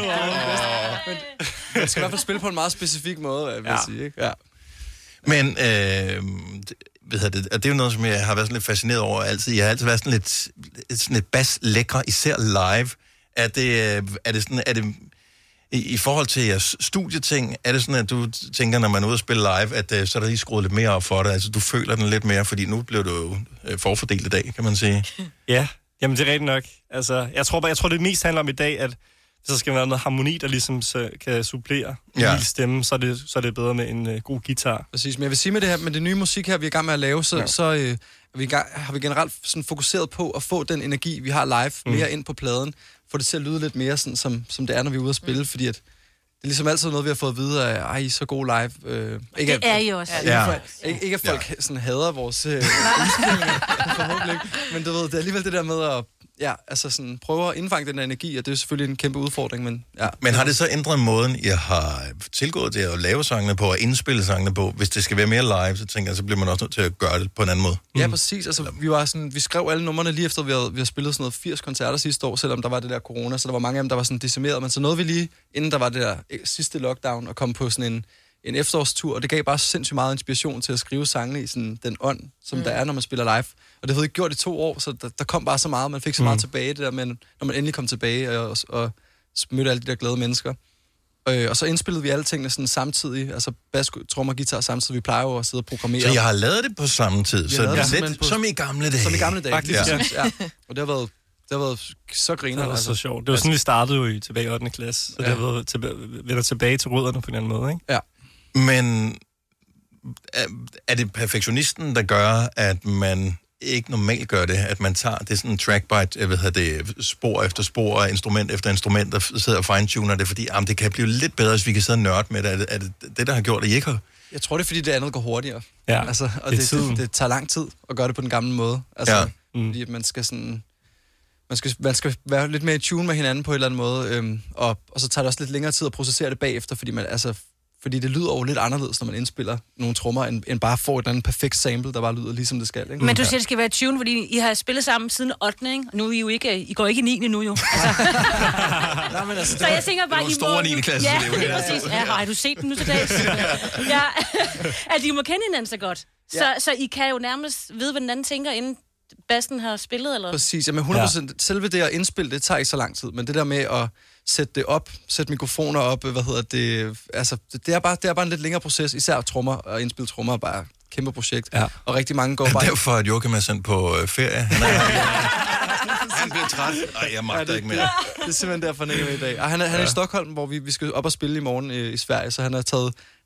Man skal i hvert fald spille på en meget specifik måde, vil jeg sige. Ikke? Ja. Men... Øh, ved jeg det, og det er jo noget, som jeg har været sådan lidt fascineret over altid. Jeg har altid været sådan lidt, sådan lidt bas-lækre, især live. Er det, er det sådan, er det, i, i forhold til jeres studieting, er det sådan, at du tænker, når man er ude og spille live, at så er der lige skruet lidt mere op for dig? Altså, du føler den lidt mere, fordi nu bliver du jo forfordelt i dag, kan man sige. Ja, jamen det er rigtigt nok. Altså, jeg tror bare, jeg tror, det mest handler om i dag, at hvis der skal være noget harmoni, der ligesom så kan supplere ja. Min stemme, så er, det, så er det bedre med en uh, god guitar. Præcis, men jeg vil sige med det her, med det nye musik her, vi er i gang med at lave, så, ja. så øh, vi gang, har vi generelt sådan fokuseret på at få den energi, vi har live, mm. mere ind på pladen, få det til at lyde lidt mere sådan, som, som det er, når vi er ude at spille, mm. fordi at det er ligesom altid noget, vi har fået at vide af, ej, I er så god live. Øh, ikke det er I også. Ja, ja. Ikke, ikke, ikke at folk ja. sådan hader vores øh, indspilninger, men du ved, det er alligevel det der med at ja, altså sådan, prøve at indfange den der energi, og det er selvfølgelig en kæmpe udfordring, men ja. Men har det så ændret måden, jeg har tilgået det at lave sangene på, og indspille sangene på? Hvis det skal være mere live, så tænker jeg, så bliver man også nødt til at gøre det på en anden måde. Ja, præcis. Altså, vi, var sådan, vi skrev alle numrene lige efter, vi havde, vi havde spillet sådan noget firs koncerter sidste år, selvom der var det der corona, så der var mange af dem, der var sådan decimeret, men så nåede vi lige, inden der var det der sidste lockdown, og kom på sådan en, en efterårstur, og det gav bare sindssygt meget inspiration til at skrive sangene i sådan den ånd, som mm. der er, når man spiller live. Og det havde ikke gjort i to år, så der, der kom bare så meget, man fik så meget mm. tilbage, det der, men når man endelig kom tilbage og, og, og mødte alle de der glade mennesker. Øh, og så indspillede vi alle tingene sådan samtidig, altså bas, trommer, guitar samtidig, vi plejer jo at sidde og programmere. Så jeg har lavet det på samme tid, så det lidt på, som i gamle dage. Som i gamle dage, faktisk. Ja. Ja. Og det har været, det har været så griner. Det var altså. så sjovt. Det var sådan, vi startede jo i tilbage i ottende klasse, så ja. Det har været tilbage, vender tilbage til rødderne på en anden måde, ikke? Ja. Men er, er det perfektionisten, der gør, at man ikke normalt gør det, at man tager det sådan en track by, jeg ved det, spor efter spor, instrument efter instrument, der sidder og fine-tuner det, fordi jamen, det kan blive lidt bedre, hvis vi kan sidde og nørde med det. Er det, er det det, der har gjort, at I ikke har? Jeg tror, det er, fordi det andet går hurtigere. Ja, altså, og det, det, det, det tager lang tid at gøre det på den gamle måde. Altså, ja. mm. Fordi man skal sådan... Man skal, man skal være lidt mere i tune med hinanden på en eller anden måde, øhm, og, og så tager det også lidt længere tid at processere det bagefter, fordi man, altså... Fordi det lyder jo lidt anderledes, når man indspiller nogle trommer, end, end bare får et eller andet perfekt sample, der bare lyder ligesom det skal. Ikke? Men du siger, det skal være tune, fordi I har spillet sammen siden ottende, ikke? Og nu er I jo ikke, I går ikke i niende nu jo. Altså. Nej, men altså, så jeg tænker bare, I store niende klasse. Ja, det er præcis. Ja, har du set dem nu til dags? Ja, at I må kende hinanden så godt. Så, ja. Så I kan jo nærmest vide, hvad den anden tænker, inden bassen har spillet, eller? Præcis, ja, men hundrede procent. Ja. Selve det at indspille, det tager ikke så lang tid, men det der med at sætte det op, sætte mikrofoner op, hvad hedder det, altså, det er bare, det er bare en lidt længere proces, især trommer og indspille trommer er bare et kæmpe projekt, ja. Og rigtig mange går bare... Det er derfor, at Joachim er sendt på øh, ferie. Han, er, han bliver træt. Ej, jeg magter ja, det, ikke mere. Det, det er simpelthen derfor, han ikke er med i dag. Og han er, han er ja. i Stockholm, hvor vi, vi skal op og spille i morgen øh, i Sverige, så han har taget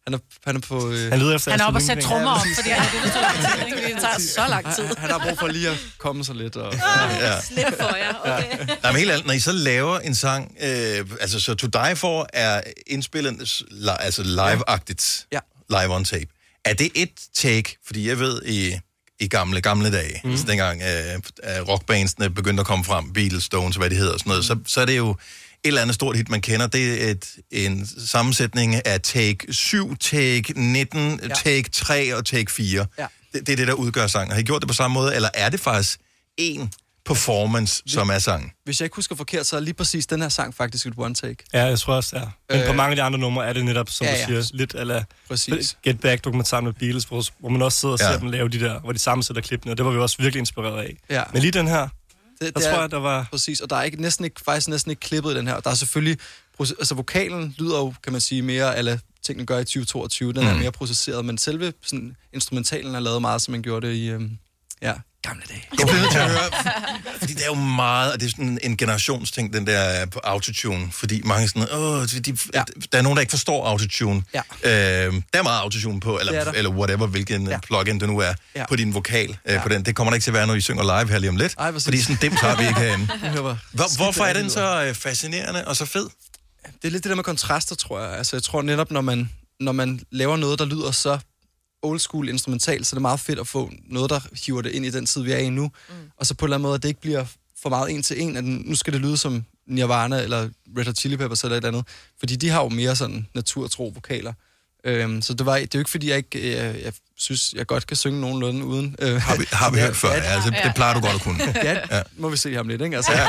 Han er, han er på... Øh... Han lyder efter Han er oppe og sætte trommer om, fordi han er det, det tager så lang tid. Han, han har brug for lige at komme sig lidt. Og... Ja. Slip for jer, okay. Nej, men helt alt, når I så laver en sang, øh, altså så To Die For er indspillet altså live-agtigt, ja. live on tape. Er det et take? Fordi jeg ved, i, i gamle, gamle dage, mm. altså dengang øh, rockbandsene begyndte at komme frem, Beatles, Stones, hvad det hedder og sådan noget, mm. så, så er det jo et eller andet stort hit, man kender. Det er et, en sammensætning af take syv, take nitten, ja. take tre og take fire. Ja. Det, det er det, der udgør sangen. Har I gjort det på samme måde, eller er det faktisk en performance, som er sangen? Hvis jeg ikke husker forkert, så er lige præcis den her sang faktisk et one take. Ja, jeg tror også, ja. Men øh, på mange af de andre numre er det netop, som ja, du siger, ja. lidt ala Get Back-dokumentaren med Beatles, hvor, hvor man også sidder og ser ja. dem lave de der, hvor de sammensætter klippene, og det var vi også virkelig inspireret af. Ja. Men lige den her, det, der det tror er, jeg, der var... Præcis, og der er ikke, næsten ikke, faktisk næsten ikke klippet i den her. Der er selvfølgelig... Altså, vokalen lyder jo, kan man sige, mere ala tingene gør i tyve toogtyve. Den mm. er mere processeret, men selve sådan, instrumentalen er lavet meget, som man gjorde det i... Øhm, ja, gamle dage. Jeg bliver nødt til at høre, fordi det er jo meget, og det er sådan en generationsting, den der på autotune, fordi mange sådan, åh, de, ja. der er nogen, der ikke forstår autotune. Ja. Øh, der er meget autotune på, eller, eller whatever, hvilken ja. plugin det nu er, ja. på din vokal. Ja. Øh, på den. Det kommer der ikke til at være, når I synger live her lige om lidt, Ej, fordi sådan dem tager vi ikke herinde. Hvor, hvorfor er den så fascinerende og så fed? Det er lidt det der med kontraster, tror jeg. Altså, jeg tror netop, når man, når man laver noget, der lyder så old school instrumentalt, så er det meget fedt at få noget, der hiver det ind i den tid, vi er i nu. Mm. Og så på en eller anden måde, at det ikke bliver for meget en til en, at nu skal det lyde som Nirvana eller Red Hot Chili Peppers eller et andet. Fordi de har jo mere sådan naturtro vokaler. Øhm, så det, var, det er jo ikke, fordi jeg ikke jeg, jeg synes, jeg godt kan synge nogenlunde uden... Øh, har vi, har vi hørt før? Ja, altså, det plejer du godt at kunne. Ja, ja. Må vi se ham lidt, ikke? Altså, ja.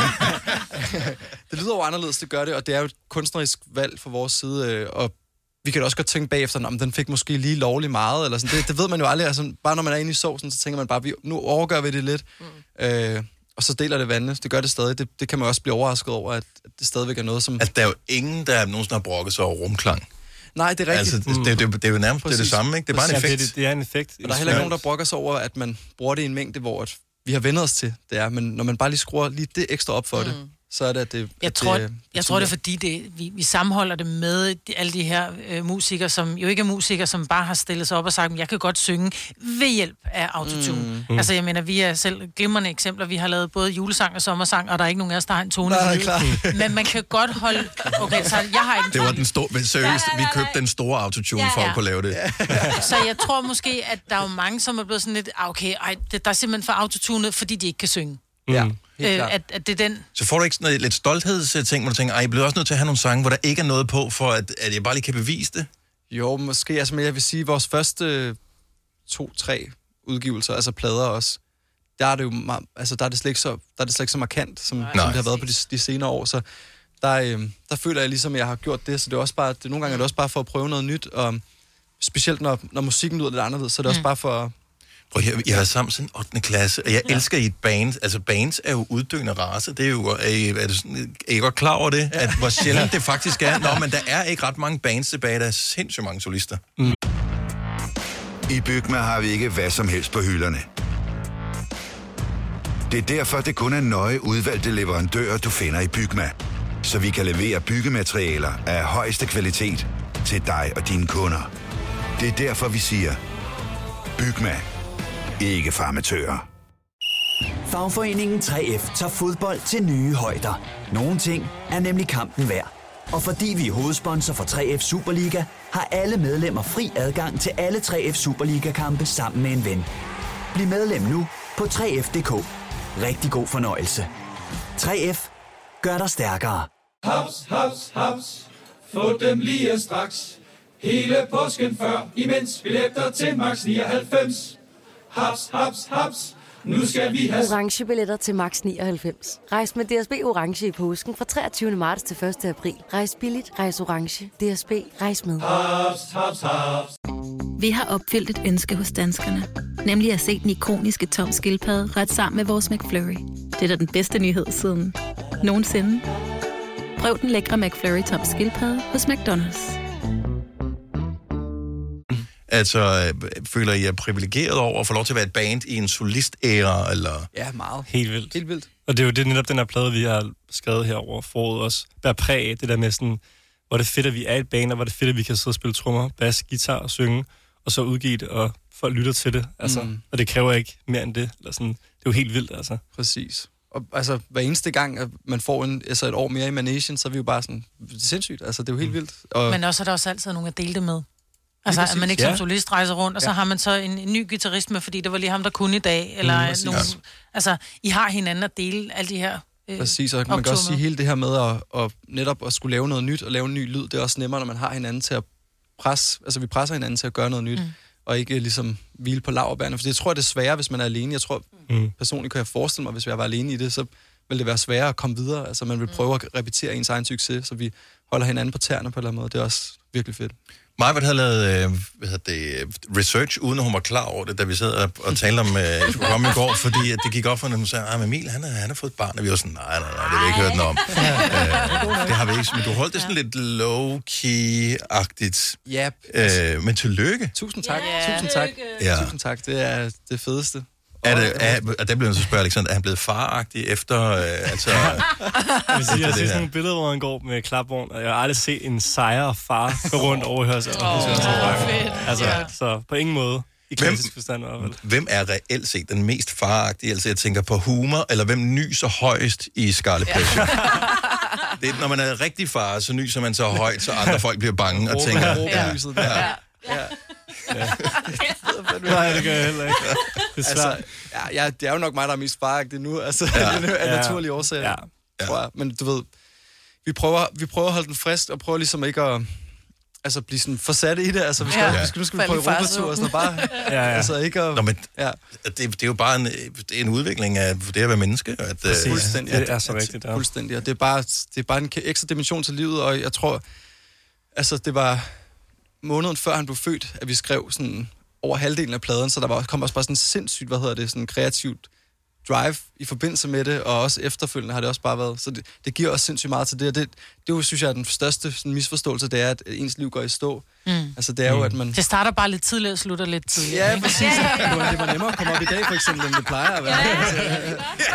Det lyder jo anderledes, det gør det, og det er jo et kunstnerisk valg fra vores side, øh, og vi kan da også godt tænke bagefter, om den fik måske lige lovlig meget, eller sådan. Det, det ved man jo aldrig. Altså, bare når man er inde i sovsen, så tænker man bare, nu overgør vi det lidt, mm. øh, og så deler det vandene. Det gør det stadig. Det, det kan man også blive overrasket over, at det stadigvæk er noget, som... Altså, der er jo ingen, der nogensinde har brokket sig over rumklang. Nej, det er rigtigt. Altså, det, det, det, det er jo nærmest det, er det samme, ikke? Det er bare en effekt. Ja, det, det er en effekt. Og der er heller ikke nogen, der brokker sig over, at man bruger det i en mængde, hvor at vi har vendt os til det er. Men når man bare lige skruer lige det ekstra op for mm. det, så er det, at det... Jeg, at tror, det, jeg tror, det er fordi, det, vi, vi sammenholder det med de, alle de her øh, musikere, som jo ikke er musikere, som bare har stillet sig op og sagt, at jeg kan godt synge ved hjælp af autotune. Mm. Altså, jeg mener, vi er selv glimrende eksempler. Vi har lavet både julesang og sommersang, og der er ikke nogen af os, der har en tone. Nej, klar. Men man kan godt holde... Okay, så jeg har ikke... Det var den store... Men seriøst, ja, ja, ja, ja. vi købte den store autotune ja, ja. for at kunne lave det. Ja. Så jeg tror måske, at der er jo mange, som er blevet sådan lidt... Okay, ej, det, der er simpelthen for autotunet, fordi de ikke kan synge. Ja. Øh, at, at det er den... Så får du ikke sådan noget, lidt stolthedsting, hvor du tænker, ej, jeg bliver også nødt til at have nogle sange, hvor der ikke er noget på, for at, at jeg bare lige kan bevise det? Jo, måske. Altså, men jeg vil sige, vores første to, tre udgivelser, altså plader også, der er det jo altså, der er det slet ikke så, der er det slet ikke så markant, som, som det har været på de, de senere år. Så der, øh, der føler jeg ligesom, at jeg har gjort det, så det er også bare, det, nogle gange er det også bare for at prøve noget nyt, og specielt når, når musikken lyder lidt anderledes, så er det mm. også bare for... Prøv, jeg, jeg har sammen siden ottende klasse, og jeg ja. elsker i et band. Altså, bands er jo uddøende race. Det er jo... Er I, er, det sådan, er I godt klar over det? Ja. At hvor sjældent det faktisk er? Nå, men der er ikke ret mange bands tilbage. Der er sindssygt mange solister. Mm. I Bygma har vi ikke hvad som helst på hylderne. Det er derfor, det kun er nøje udvalgte leverandører, du finder i Bygma. Så vi kan levere byggematerialer af højeste kvalitet til dig og dine kunder. Det er derfor, vi siger... Bygma. Ikke farmatører. Fagforeningen tre F tager fodbold til nye højder. Nogle ting er nemlig kampen værd. Og fordi vi er hovedsponsor for tre F Superliga, har alle medlemmer fri adgang til alle tre F Superliga-kampe sammen med en ven. Bliv medlem nu på tre F punktum d k. Rigtig god fornøjelse. tre F gør dig stærkere. Haps, haps, haps. Få dem lige straks. Hele påsken før, imens billetter til max nioghalvfems. Haps, haps, haps. Nu skal vi have... Orange billetter til max nioghalvfems. Rejs med D S B Orange i påsken fra treogtyvende marts til første april. Rejs billigt, rejs orange. D S B, rejs med. Haps, haps, haps. Vi har opfyldt et ønske hos danskerne. Nemlig at se den ikoniske Tom Skildpadde ret sammen med vores McFlurry. Det er da den bedste nyhed siden nogensinde. Prøv den lækre McFlurry Tom Skildpadde hos McDonald's. Altså, føler I er privilegeret over at få lov til at være et band i en solist-æra, eller? Ja, meget. Helt vildt. Helt vildt. Og det er jo det, netop den her plade, vi har skrevet her over foråret også, bærer præg af det der med sådan, hvor det er fedt, at vi er et band, og hvor det er fedt, at vi kan sidde og spille trommer, bass, guitar og synge, og så udgive det, og folk lytter til det. Altså, mm. Og det kræver ikke mere end det. Eller sådan. Det er jo helt vildt, altså. Præcis. Og altså, hver eneste gang, at man får en, altså et år mere i Manation, så er vi jo bare sådan, det er sindssygt. Altså, det er jo helt mm. vildt. Og... Men også er der også altid nogen at dele det med. Altså, at man ikke som solist rejser rundt, og så ja. har man så en, en ny guitarist med, fordi det var lige ham, der kunne i dag. Eller mm, nogen, altså, I har hinanden at dele alle de her øh, Præcis, og man kan også sige hele det her med at, at netop at skulle lave noget nyt, og lave en ny lyd, det er også nemmere, når man har hinanden til at presse, altså vi presser hinanden til at gøre noget nyt, mm. og ikke ligesom hvile på laurbærne, for det tror jeg, det er sværere, hvis man er alene. Jeg tror, mm. personligt kan jeg forestille mig, hvis jeg var alene i det, så vil det være sværere at komme videre. Altså man vil prøve at repetere ens egen succes, så vi holder hinanden på tæerne på en eller anden måde. Det er også virkelig fedt. Majbert havde lavet øh, hvad hedder det, research, uden at hun var klar over det, da vi sad og, og talte om, at øh, skulle komme i går, fordi at det gik op for hende, hun sagde, at Emil, han, han har fået et barn, og vi var sådan, nej, nej, nej, det har vi ikke hørt noget om. øh, det har vi ikke, men du holdt det sådan lidt low-key-agtigt. Yep. Øh, men tillykke. Tusind tak, yeah. tusind tak. Ja. Tusind tak, det er det fedeste. Er det, er, og der bliver jeg så spørge, Alexander, er han blevet faragtig efter, øh, altså... jeg vil sige, jeg har set sådan nogle billeder, hvor han går med klapvogn, og jeg har aldrig set en sejre far gå rundt over i hørsel. Åh, oh, fedt. Altså, ja. Så på ingen måde, i klassisk forstand i hvert fald. Hvem er reelt set den mest faragtige? Altså, jeg tænker på humor, eller hvem nyser højst i Scarlet Pleasure? Det er, når man er rigtig far, så nyser man så højt, så andre folk bliver bange og tænker... Ja. Ja. Ja. Ja. Nej, det gør jeg heller ikke. Det er svært. Altså, ja, ja, det er jo nok mig, der er mest faragtig nu, altså ja. af ja. naturlige årsager, ja. tror jeg. Men du ved, vi prøver, vi prøver at holde den frisk, og prøver ligesom ikke at altså, blive sådan forsat i det. Altså, vi skal, ja. vi skal, nu skal vi prøve Europatur og sådan bare... ja, ja. Altså, ikke at, Nå, men ja. det, det er jo bare en, det er en udvikling af det at være menneske. At, fuldstændig. Ja, det er så rigtigt, ja. Fuldstændig, og det er, bare, det er bare en ekstra dimension til livet, og jeg tror, altså, det var... måneden før han blev født, at vi skrev sådan over halvdelen af pladen, så der var, kom også bare sådan sindssygt, hvad hedder det, sådan kreativt drive i forbindelse med det, og også efterfølgende har det også bare været. Så det, det giver også sindssygt meget til det, og det, det jo, synes jeg, er den største sådan, misforståelse, det er, at ens liv går i stå. Mm. Altså, det er jo, at man... Det starter bare lidt tidligere og slutter lidt tidligere. Ja, præcis. Ja. Det var nemmere at komme op i dag, for eksempel, end det plejer at være. Ja.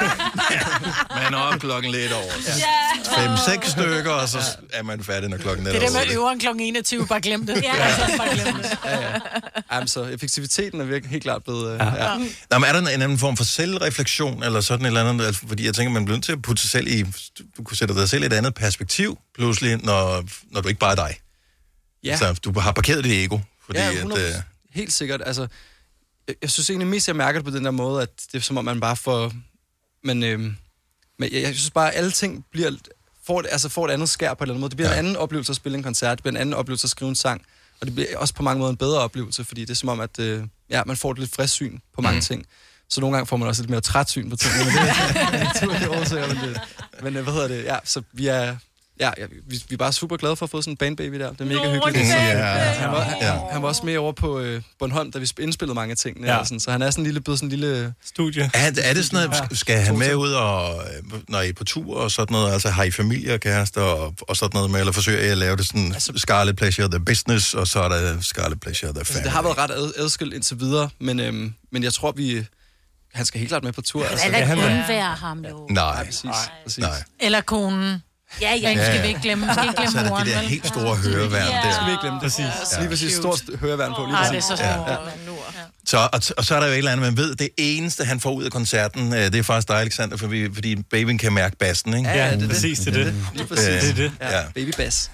Man er op klokken lidt over. Ja. Fem, seks stykker, og så er man færdig, når klokken er det. Det er det med øveren klokken enogtyve, bare glem det. Ja, altså, bare glem det. Ja, ja. Jamen, så effektiviteten er virkelig helt klart blevet... Ja. Ja. Nå, men er der en anden form for selvreflektion, eller sådan et eller andet? Altså, fordi jeg tænker, man bliver nødt til at putte sig selv i... Du kunne sætte dig selv i et andet perspektiv, pludselig, når, når du ikke bare er dig. Ja. Altså, du har parkeret dit ego, fordi ja, at... Øh... Helt sikkert, altså... Jeg, jeg synes egentlig mest, jeg mærker det på den der måde, at det er som om, man bare får... Men, øh, men jeg, jeg synes bare, at alle ting bliver... Får et, altså får et andet skær på en eller anden måde. Det bliver ja. en anden oplevelse at spille en koncert, det bliver en anden oplevelse at skrive en sang, og det bliver også på mange måder en bedre oplevelse, fordi det er som om, at øh, ja, man får et lidt frisk syn på mange mm. ting. Så nogle gange får man også lidt mere træt syn på tingene, men det er naturligt årsager, men, det, men hvad hedder det? Ja, så vi er... Ja, ja vi, vi er bare super glade for at få sådan en bandbaby der. Det er mega Nå, hyggeligt. Ja. Ja. Han, var, han, ja. han var også med over på øh, Bornholm, da vi indspillede mange ting. Ja. Sådan, så han er sådan en lille, blevet sådan en lille... Studie. Er, er det sådan noget, skal jeg have med ud, og, når I er på tur og sådan noget? Altså har I familie og kærester og, og sådan noget med? Eller forsøger I at lave det sådan altså, Scarlet Pleasure, the business, og så er der Scarlet Pleasure, the family? Altså, det har været ret ad, adskilt indtil videre, men, øhm, men jeg tror, vi... Han skal helt klart med på tur. Altså. Eller ikke undvære ham, jo. Nej. Ja, præcis. præcis. Nej. Eller konen. Ja, ja. Den skal vi ikke glemme. Vi skal ikke glemme så er der moren, det der helt store høreværn ja. der. Det skal vi ikke glemme. Præcis. Ja. Lige præcis stort høreværn på. Lige Ej, det er så stort. Ja. Så, og, og så er der jo et eller andet, man ved, det eneste, han får ud af koncerten, det er faktisk dig, Alexander, for vi, fordi babyen kan mærke bassen, ikke? Ja, det er præcis, det er det. Lige præcis. Det er det. Ja, babybass.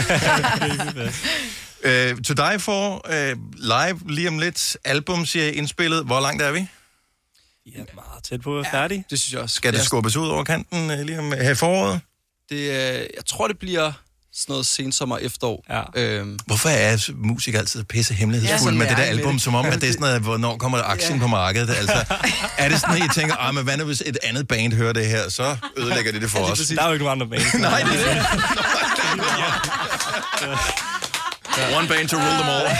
Babybass. Uh, to Die For, uh, live lige om lidt, album, siger jeg, indspillet. Hvor langt er vi? Ja, meget tæt på at være færdig. Det synes jeg også. Skal det skubbes ud over kanten uh, lige om her i foråret? Det, uh, jeg tror, det bliver sådan noget sensommer efterår. Ja. Øhm. Hvorfor er musik altid pisse hemmelighedsfuld ja, med det der album, som om, at det er sådan noget, hvornår kommer aktien ja. på markedet? Altså, er det sådan, at I tænker, ah, men hvad nu, hvis et andet band hører det her, så ødelægger det det for ja, os? Der er jo ikke nogen andre band. Nej, det er det. One band to rule them all.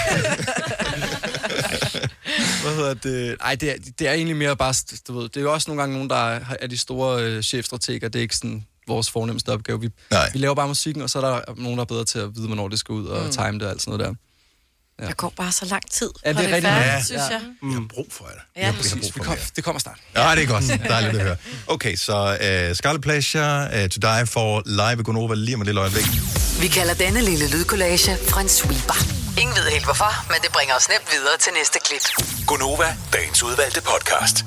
Hvad hedder det? Ej, det er, det er egentlig mere bare, du ved, det er jo også nogle gange nogen, der er, er de store øh, chefstrateger, det er ikke sådan vores fornemmeste opgave. Vi, vi laver bare musikken, og så er der nogen, der er bedre til at vide, hvornår det skal ud, og mm. time det og alt sådan noget der. Ja. Der går bare så lang tid, ja, det er rigtig færdigt, ja. synes jeg. Mm. Jeg har brug for det. Ja, jeg præcis. Vi kom, det kommer snart. Ja, det er godt. Dejligt at høre. Okay, så uh, Scarlet Pleasure, uh, To Die For, live i Gonova lige om et lille øjeblik. Vi kalder denne lille lydkollage en sweeper. Ingen ved helt hvorfor, men det bringer os nemt videre til næste klip. Gonova, dagens udvalgte podcast.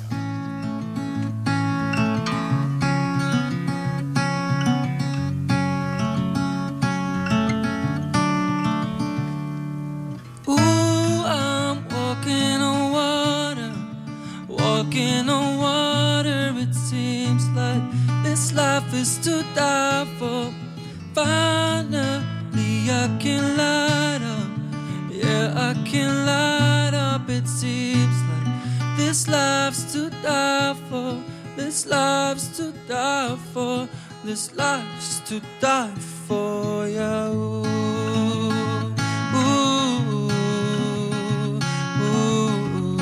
Ooh, I'm walking on water, walking on water. It seems like this life is to die for. Finally, I can light up. Yeah, I can light up. It seems like this life's to die for. This life's to die for. This life's to die for. Yeah. Ooh, ooh, ooh,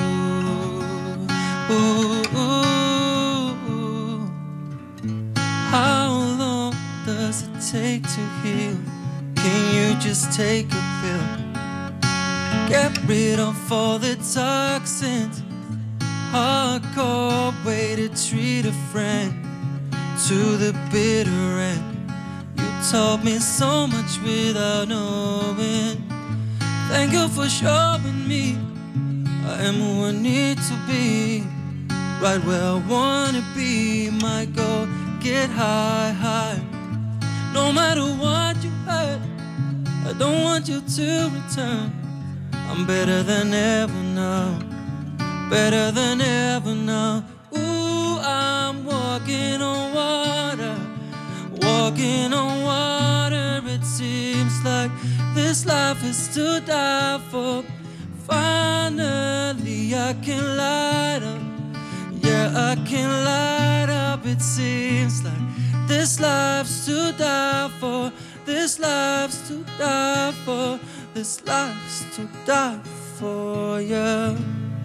ooh, ooh. How long does it take to heal? Can you just take a pill? Get rid of all the toxins. Hardcore way to treat a friend. To the bitter end. You taught me so much without knowing. Thank you for showing me I am who I need to be. Right where I wanna be. My goal, get high, high. No matter what you hurt, I don't want you to return. I'm better than ever now, better than ever now. Ooh, I'm walking on water, walking on water. It seems like this life is to die for. Finally, I can light up. Yeah, I can light up. It seems like this life's to die for. This life's to die for. This life's to die for, yeah.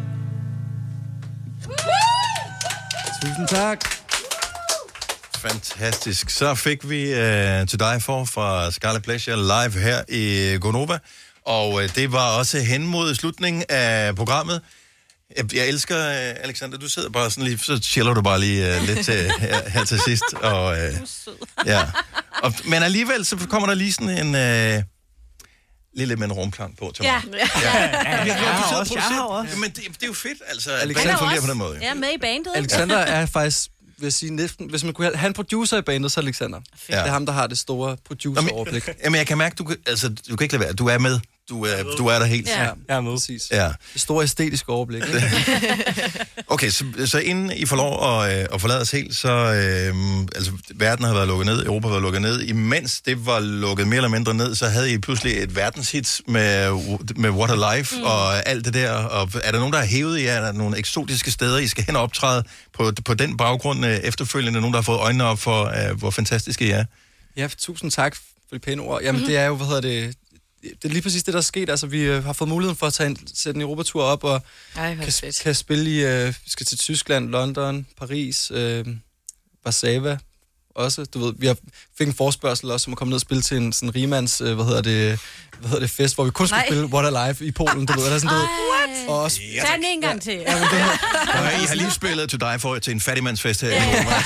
Tusind tak. Fantastisk. Så fik vi uh, To Die For fra Scarlet Pleasure live her i Gonova. Og uh, det var også hen mod slutningen af programmet. Jeg, jeg elsker, uh, Alexander, du sidder bare sådan lige, så chiller du bare lige uh, lidt til, her, her til sidst. Og, uh, ja. Og, men alligevel, så kommer der lige sådan en... Uh, Lidt lidt med en rumklang på til mig. Ja. Ja. Ja, jeg har også, jeg har også. Men det, det er jo fedt, altså. Alexander Alexander fungerer på den måde. Ja, med i bandet. Alexander er faktisk, vil jeg sige, næsten, hvis man kunne have en producer i bandet, så Alexander. Ja. Det er ham, der har det store producer-overblik. Jamen, jeg kan mærke, du kan, altså, du kan ikke lade være. Du er med. Du er, du er der helt. Ja, jeg er med. Præcis. Ja. Det store æstetiske overblik. Okay, så, så inden I får lov at, øh, at forlade os helt, så øh, altså, verden har været lukket ned, Europa har været lukket ned. Imens det var lukket mere eller mindre ned, så havde I pludselig et verdenshit med, med What a Life mm. og alt det der. Og er der nogen, der har hævet jer? Er der nogle eksotiske steder, I skal hen og optræde på, på den baggrund øh, efterfølgende? Nogen, der har fået øjnene op for, øh, hvor fantastiske I er? Ja, tusind tak for de pæne ord. Jamen, mm-hmm. det er jo, hvad hedder det... Det er lige præcis det, der er sket. Altså, vi øh, har fået muligheden for at tage en, sætte en Europatur op, og Ej, kan, kan spille i... Øh, vi skal til Tyskland, London, Paris, øh, Warszawa også. Du ved, vi har, fik en forespørgsel også, om at komme ned og spille til en sådan rimands, øh, hvad hedder det, hvad hedder det, fest, hvor vi kun skulle spille What a Life i Polen, du ved. Eller sådan, du ved. Og også, ja, tag den en gang til. Ja, men det her, og I har lige spillet To Die For til en fattigmandsfest her i Europa.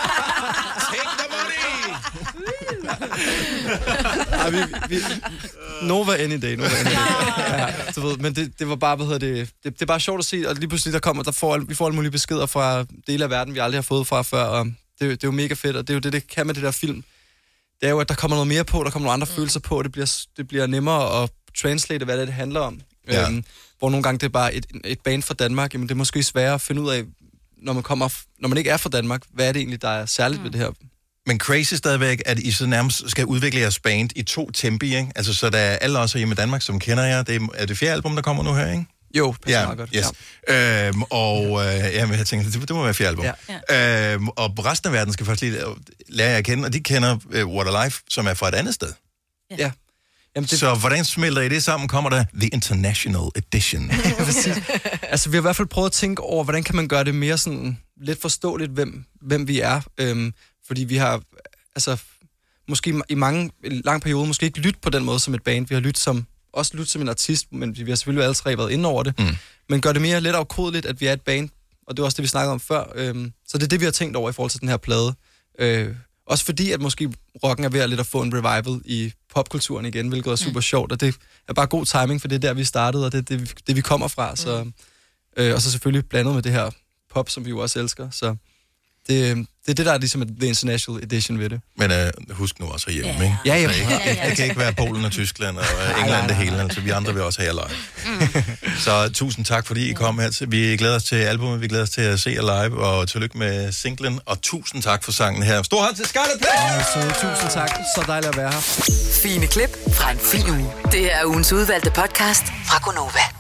Ja, vi, vi, Nova any day, Nova any day. Ja, du ved, men det, det var bare, hvad hedder det, det, det er bare sjovt at se, og lige pludselig der kommer, der får, vi får alle mulige beskeder fra dele af verden, vi aldrig har fået fra før, og det, det er jo mega fedt, og det er jo det, det kan med det der film. Det er jo, at der kommer noget mere på, der kommer nogle andre mm. følelser på, det bliver, det bliver nemmere at translate, hvad det, det handler om. Ja. Øhm, hvor nogle gange det er bare et, et band fra Danmark, jamen det er måske sværere at finde ud af, når man, kommer, når man ikke er fra Danmark, hvad er det egentlig, der er særligt mm. ved det her. Men crazy stadigvæk, at I så nærmest skal udvikle jeres band i to tempi, ikke? Altså, så der er alle også hjemme i Danmark, som kender jer. Det er, er det fjerde album, der kommer nu her, ikke? Jo, det er ja, meget godt. Yes. Ja. Øhm, og øh, jamen, jeg tænker, det, det må være fjerde album. Ja. Øhm, og resten af verden skal først lige lære jer at kende, og de kender uh, What a Life, som er fra et andet sted. Ja. ja. Jamen, det... Så hvordan smelter I det sammen? Kommer der The International Edition? Altså, vi har i hvert fald prøvet at tænke over, hvordan kan man gøre det mere sådan lidt forståeligt, hvem, hvem vi er. Øhm, fordi vi har, altså, måske i mange, en lang periode, måske ikke lyttet på den måde som et band. Vi har lyttet som, også lyttet som en artist, men vi har selvfølgelig alle tre været inde over det. Mm. Men gør det mere lidt afkodeligt, at vi er et band, og det var også det, vi snakkede om før. Øhm, så det er det, vi har tænkt over i forhold til den her plade. Øh, også fordi, at måske rocken er ved at lidt at få en revival i popkulturen igen, hvilket er super mm. sjovt, og det er bare god timing, for det er der, vi startede, og det er det, det, vi kommer fra. Så, mm. øh, og så selvfølgelig blandet med det her pop, som vi jo også elsker. Så det, det er det, der er ligesom The International Edition ved det. Men uh, husk nu også herhjemme, yeah. ikke? Ja, ja. Så ikke, ja, ja. Det kan ikke være Polen og Tyskland og uh, England det hele, altså vi andre vil også have jer live. Mm. Så tusind tak, fordi I kom her. Vi glæder os til albumet, vi glæder os til at se jer live, og tillykke med singlen, og tusind tak for sangen her. Stor hånd til Scarlet Pleasure! Så tusind tak, så dejligt at være her. Fine klip fra en fin uge. Det er ugens udvalgte podcast fra Gonova.